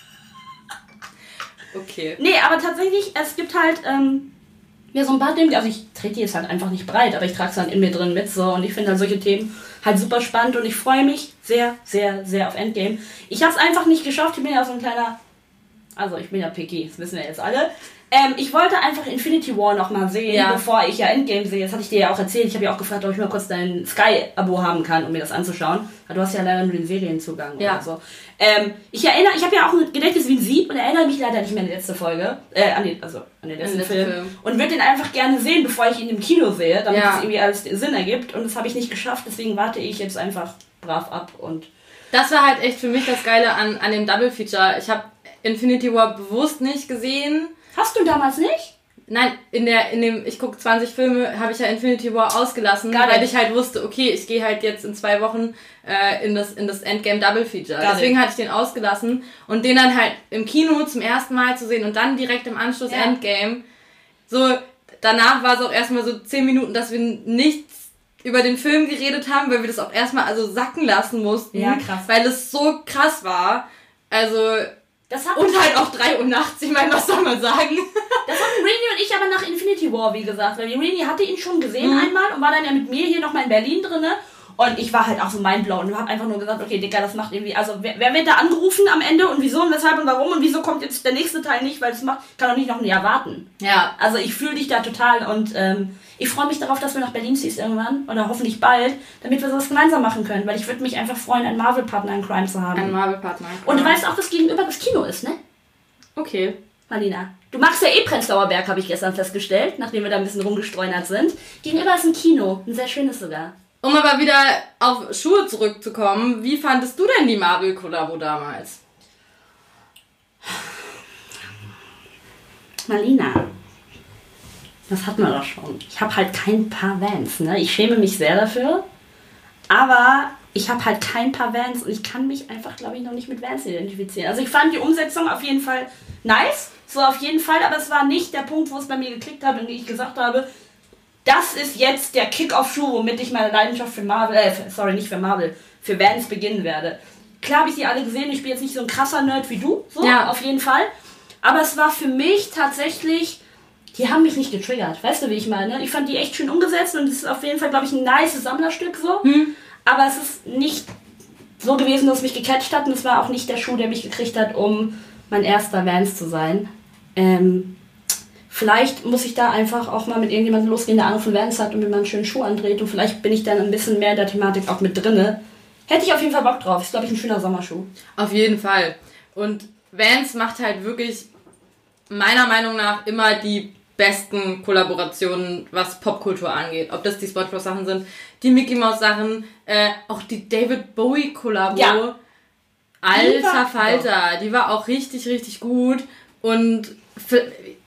Okay. Nee, aber tatsächlich, es gibt halt ähm, ja so ein paar Themen, also ich trete die jetzt halt einfach nicht breit, aber ich trage es dann in mir drin mit so und ich finde halt solche Themen halt super spannend und ich freue mich sehr, sehr, sehr auf Endgame. Ich habe es einfach nicht geschafft, ich bin ja so ein kleiner, also ich bin ja picky, das wissen wir jetzt alle. Ähm, ich wollte einfach Infinity War nochmal sehen, ja. bevor ich ja Endgame sehe. Das hatte ich dir ja auch erzählt. Ich habe ja auch gefragt, ob ich mal kurz dein Sky-Abo haben kann, um mir das anzuschauen. Aber du hast ja leider nur den Serienzugang ja. oder so. Ähm, ich erinnere, ich habe ja auch ein Gedächtnis wie ein Sieb und erinnere mich leider nicht mehr an die letzte Folge. Äh, an die, also an den letzten Film. Film. Und würde den einfach gerne sehen, bevor ich ihn im Kino sehe, damit ja. es irgendwie alles Sinn ergibt. Und das habe ich nicht geschafft, deswegen warte ich jetzt einfach brav ab und... Das war halt echt für mich das Geile an, an dem Double Feature. Ich habe Infinity War bewusst nicht gesehen. Hast du damals nicht? Nein, in der in dem ich gucke zwanzig Filme, habe ich ja Infinity War ausgelassen, Gar weil nicht. ich halt wusste, okay, ich gehe halt jetzt in zwei Wochen äh, in das in das Endgame Double Feature. Gar Deswegen nicht. hatte ich den ausgelassen und den dann halt im Kino zum ersten Mal zu sehen und dann direkt im Anschluss ja. Endgame. So danach war es auch erstmal so zehn Minuten, dass wir nichts über den Film geredet haben, weil wir das auch erstmal also sacken lassen mussten, ja, krass. weil es so krass war. Also Das hat und halt auch drei Uhr nachts, ich meine, was soll man sagen? Das hatten Reenie und ich aber nach Infinity War, wie gesagt, weil Reenie hatte ihn schon gesehen mhm. einmal und war dann ja mit mir hier nochmal in Berlin drinne Und ich war halt auch so mindblown und habe einfach nur gesagt, okay, Digga, das macht irgendwie, also wer, wer wird da angerufen am Ende und wieso und weshalb und warum und wieso kommt jetzt der nächste Teil nicht, weil es macht, kann doch nicht noch ein Jahr warten. Ja. Also ich fühle dich da total und ähm, ich freue mich darauf, dass wir nach Berlin ziehst irgendwann oder hoffentlich bald, damit wir sowas gemeinsam machen können, weil ich würde mich einfach freuen, einen Marvel-Partner in Crime zu haben. Ein Marvel-Partner. Und du weißt auch, dass gegenüber das Kino ist, ne? Okay. Marlina, du magst ja eh Prenzlauer Berg, habe ich gestern festgestellt, nachdem wir da ein bisschen rumgestreunert sind. Gegenüber ist ein Kino, ein sehr schönes sogar. Um aber wieder auf Schuhe zurückzukommen, wie fandest du denn die Marvel-Kollabo damals? Marlina, das hatten wir doch schon. Ich habe halt kein Paar Vans, ne? Ich schäme mich sehr dafür, aber ich habe halt kein Paar Vans und ich kann mich einfach, glaube ich, noch nicht mit Vans identifizieren. Also ich fand die Umsetzung auf jeden Fall nice, so auf jeden Fall, aber es war nicht der Punkt, wo es bei mir geklickt hat und ich gesagt habe, das ist jetzt der Kick-Off-Schuh, womit ich meine Leidenschaft für Marvel, äh, sorry, nicht für Marvel, für Vans beginnen werde. Klar habe ich die alle gesehen, ich bin jetzt nicht so ein krasser Nerd wie du, so, ja. Auf jeden Fall. Aber es war für mich tatsächlich, die haben mich nicht getriggert, weißt du, wie ich meine? Ich fand die echt schön umgesetzt und es ist auf jeden Fall, glaube ich, ein nice Sammlerstück so. Hm. Aber es ist nicht so gewesen, dass es mich gecatcht hat und es war auch nicht der Schuh, der mich gekriegt hat, um mein erster Vans zu sein. Ähm, vielleicht muss ich da einfach auch mal mit irgendjemandem losgehen, der Ahnung von Vans hat und mir mal einen schönen Schuh andreht und vielleicht bin ich dann ein bisschen mehr in der Thematik auch mit drinne. Hätte ich auf jeden Fall Bock drauf. Ist, glaube ich, ein schöner Sommerschuh. Auf jeden Fall. Und Vans macht halt wirklich meiner Meinung nach immer die besten Kollaborationen, was Popkultur angeht. Ob das die SpongeBob-Sachen sind, die Mickey-Mouse-Sachen, äh, auch die David Bowie-Kollabo. Ja. Alter Falter, die war auch richtig, richtig gut. Und für,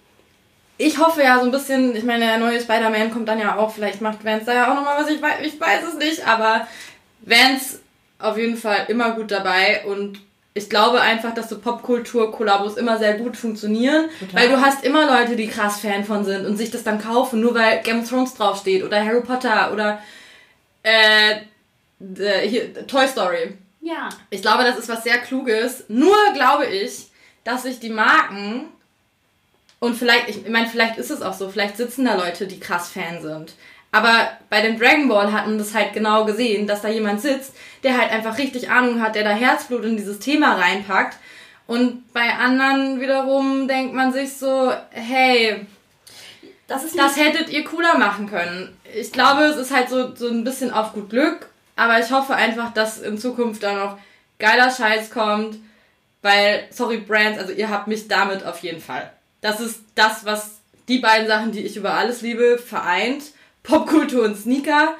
ich hoffe ja so ein bisschen, ich meine, der neue Spider-Man kommt dann ja auch, vielleicht macht Vans da ja auch nochmal was, ich weiß, ich weiß es nicht, aber Vans auf jeden Fall immer gut dabei und ich glaube einfach, dass so Popkultur-Kollabos immer sehr gut funktionieren, total. Weil du hast immer Leute, die krass Fan von sind und sich das dann kaufen, nur weil Game of Thrones draufsteht oder Harry Potter oder äh, äh, hier, Toy Story. Ja. Ich glaube, das ist was sehr Kluges. Nur glaube ich, dass sich die Marken und vielleicht, ich meine, vielleicht ist es auch so, vielleicht sitzen da Leute, die krass Fan sind. Aber bei dem Dragon Ball hat man das halt genau gesehen, dass da jemand sitzt, der halt einfach richtig Ahnung hat, der da Herzblut in dieses Thema reinpackt. Und bei anderen wiederum denkt man sich so, hey, das, ist das hättet ihr cooler machen können. Ich glaube, es ist halt so, so ein bisschen auf gut Glück, aber ich hoffe einfach, dass in Zukunft da noch geiler Scheiß kommt, weil, sorry Brands, also ihr habt mich damit auf jeden Fall. Das ist das, was die beiden Sachen, die ich über alles liebe, vereint. Popkultur und Sneaker.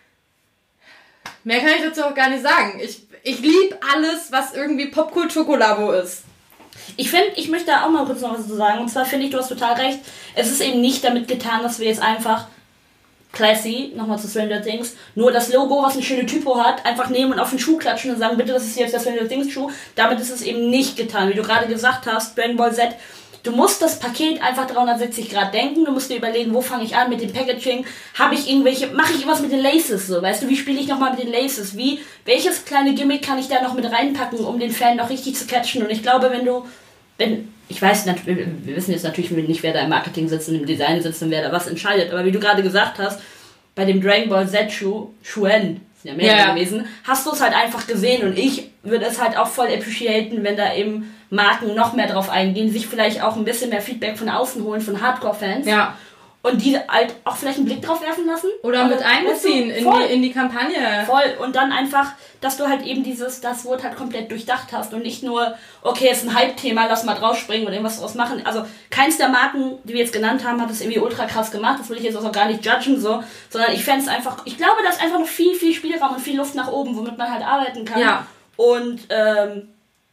Mehr kann ich dazu auch gar nicht sagen. Ich, ich liebe alles, was irgendwie Popkultur-Kollabo ist. Ich finde, ich möchte da auch mal kurz noch was zu sagen. Und zwar finde ich, du hast total recht. Es ist eben nicht damit getan, dass wir jetzt einfach classy, nochmal zu Stranger Things, nur das Logo, was eine schöne Typo hat, einfach nehmen und auf den Schuh klatschen und sagen, bitte, das ist jetzt der Stranger Things Schuh. Damit ist es eben nicht getan. Wie du gerade gesagt hast, Dragon Ball Z, du musst das Paket einfach dreihundertsechzig Grad denken, du musst dir überlegen, wo fange ich an mit dem Packaging, habe ich irgendwelche, mache ich was mit den Laces, so, weißt du, wie spiele ich nochmal mit den Laces, wie, welches kleine Gimmick kann ich da noch mit reinpacken, um den Fan noch richtig zu catchen und ich glaube, wenn du, wenn, ich weiß, wir wissen jetzt natürlich nicht, wer da im Marketing sitzt und im Design sitzt und wer da was entscheidet, aber wie du gerade gesagt hast, bei dem Dragon Ball Z Schuh, Shuen, sind ja mehrere yeah. gewesen, hast du es halt einfach gesehen und ich würde es halt auch voll appreciaten, wenn da eben Marken noch mehr drauf eingehen, sich vielleicht auch ein bisschen mehr Feedback von außen holen, von Hardcore-Fans. Ja. Und die halt auch vielleicht einen Blick drauf werfen lassen. Oder, oder mit einbeziehen in die, in die Kampagne. Voll. Und dann einfach, dass du halt eben dieses, das Wort halt komplett durchdacht hast und nicht nur, okay, ist ein Hype-Thema, lass mal draufspringen und irgendwas draus machen. Also keins der Marken, die wir jetzt genannt haben, hat das irgendwie ultra krass gemacht. Das will ich jetzt auch gar nicht judgen, so. Sondern ich fände es einfach, ich glaube, da ist einfach noch viel, viel Spielraum und viel Luft nach oben, womit man halt arbeiten kann. Ja. Und, ähm,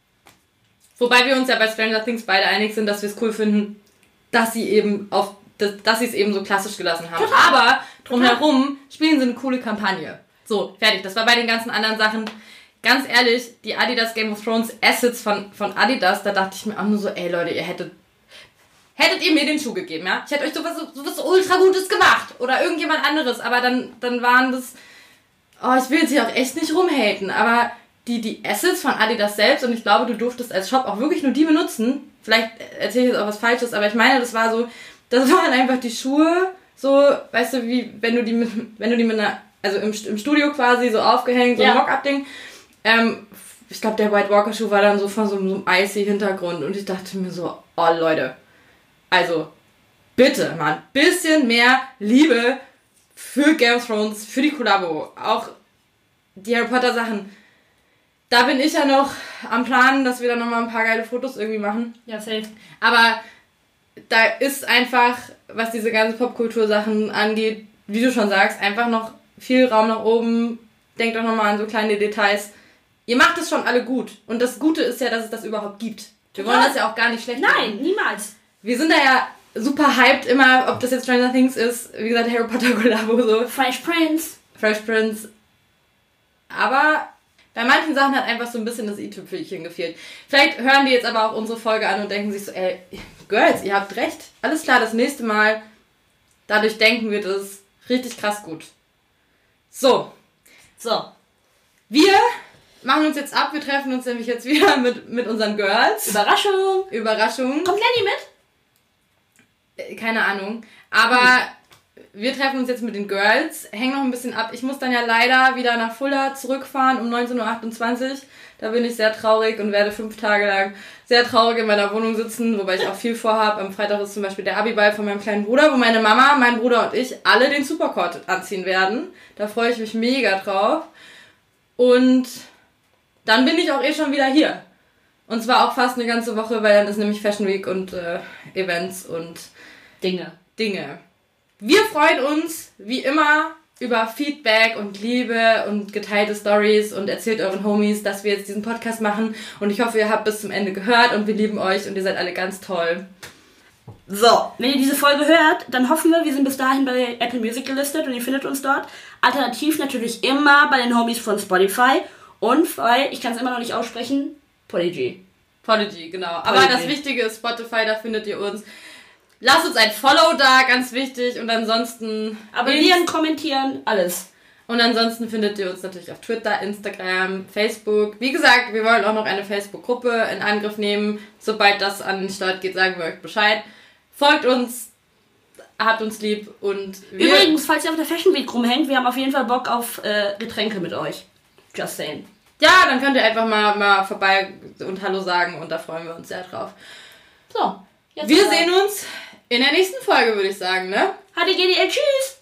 wobei wir uns ja bei Stranger Things beide einig sind, dass wir es cool finden, dass sie eben auf dass, dass sie es eben so klassisch gelassen haben. Total. Aber drumherum spielen sie eine coole Kampagne. So, fertig. Das war bei den ganzen anderen Sachen. Ganz ehrlich, die Adidas Game of Thrones Assets von, von Adidas, da dachte ich mir auch nur so, ey Leute, ihr hättet hättet ihr mir den Schuh gegeben, ja? Ich hätte euch sowas, sowas ultra Gutes gemacht. Oder irgendjemand anderes. Aber dann, dann waren das, oh, ich will jetzt hier auch echt nicht rumhaten, aber die, die Assets von Adidas selbst, und ich glaube, du durftest als Shop auch wirklich nur die benutzen. Vielleicht erzähle ich jetzt auch was Falsches, aber ich meine, das war so, das waren einfach die Schuhe, so, weißt du, wie wenn du die mit, wenn du die mit einer also im, im Studio quasi so aufgehängt, so ein Ja. Mock-up-Ding. Ähm, ich glaube, der White Walker Schuh war dann so von so, so einem icy Hintergrund und ich dachte mir so, oh Leute, also bitte, Mann, bisschen mehr Liebe für Game of Thrones, für die Kollabo, auch die Harry Potter Sachen. Da bin ich ja noch am Planen, dass wir dann nochmal ein paar geile Fotos irgendwie machen. Ja, safe. Aber da ist einfach, was diese ganzen Popkultur-Sachen angeht, wie du schon sagst, einfach noch viel Raum nach oben. Denkt doch nochmal an so kleine Details. Ihr macht es schon alle gut. Und das Gute ist ja, dass es das überhaupt gibt. Wir wollen das ja auch gar nicht schlecht machen. Nein, niemals. Wir sind da ja super hyped immer, ob das jetzt Stranger Things ist, wie gesagt, Harry Potter Kollabo, so. Fresh Prince. Fresh Prince. Aber bei manchen Sachen hat einfach so ein bisschen das i-Tüpfelchen gefehlt. Vielleicht hören die jetzt aber auch unsere Folge an und denken sich so, ey, Girls, ihr habt recht. Alles klar, das nächste Mal, dadurch denken wir das richtig krass gut. So. So. Wir machen uns jetzt ab. Wir treffen uns nämlich jetzt wieder mit, mit unseren Girls. Überraschung. Überraschung. Kommt Lenny mit? Äh, Keine Ahnung. Aber wir treffen uns jetzt mit den Girls. Hängen noch ein bisschen ab. Ich muss dann ja leider wieder nach Fulda zurückfahren um neunzehn Uhr achtundzwanzig. Da bin ich sehr traurig und werde fünf Tage lang sehr traurig in meiner Wohnung sitzen, wobei ich auch viel vorhabe. Am Freitag ist zum Beispiel der Abiball von meinem kleinen Bruder, wo meine Mama, mein Bruder und ich alle den Supercourt anziehen werden. Da freue ich mich mega drauf. Und dann bin ich auch eh schon wieder hier. Und zwar auch fast eine ganze Woche, weil dann ist nämlich Fashion Week und äh, Events und Dinge. Dinge. Wir freuen uns, wie immer, über Feedback und Liebe und geteilte Stories und erzählt euren Homies, dass wir jetzt diesen Podcast machen. Und ich hoffe, ihr habt bis zum Ende gehört und wir lieben euch und ihr seid alle ganz toll. So, wenn ihr diese Folge hört, dann hoffen wir, wir sind bis dahin bei Apple Music gelistet und ihr findet uns dort. Alternativ natürlich immer bei den Homies von Spotify und bei, ich kann es immer noch nicht aussprechen, Podigy. Podigy, genau. Aber Podigy. das Wichtige ist Spotify, da findet ihr uns. Lasst uns ein Follow da, ganz wichtig. Und ansonsten... Abonnieren, kommentieren, alles. Und ansonsten findet ihr uns natürlich auf Twitter, Instagram, Facebook. Wie gesagt, wir wollen auch noch eine Facebook-Gruppe in Angriff nehmen. Sobald das an den Start geht, sagen wir euch Bescheid. Folgt uns, habt uns lieb und wir... Übrigens, falls ihr auf der Fashion Week rumhängt, wir haben auf jeden Fall Bock auf äh, Getränke mit euch. Just saying. Ja, dann könnt ihr einfach mal, mal vorbei und Hallo sagen und da freuen wir uns sehr drauf. So, jetzt Wir aber. sehen uns in der nächsten Folge, würde ich sagen, ne? H D G D L, tschüss!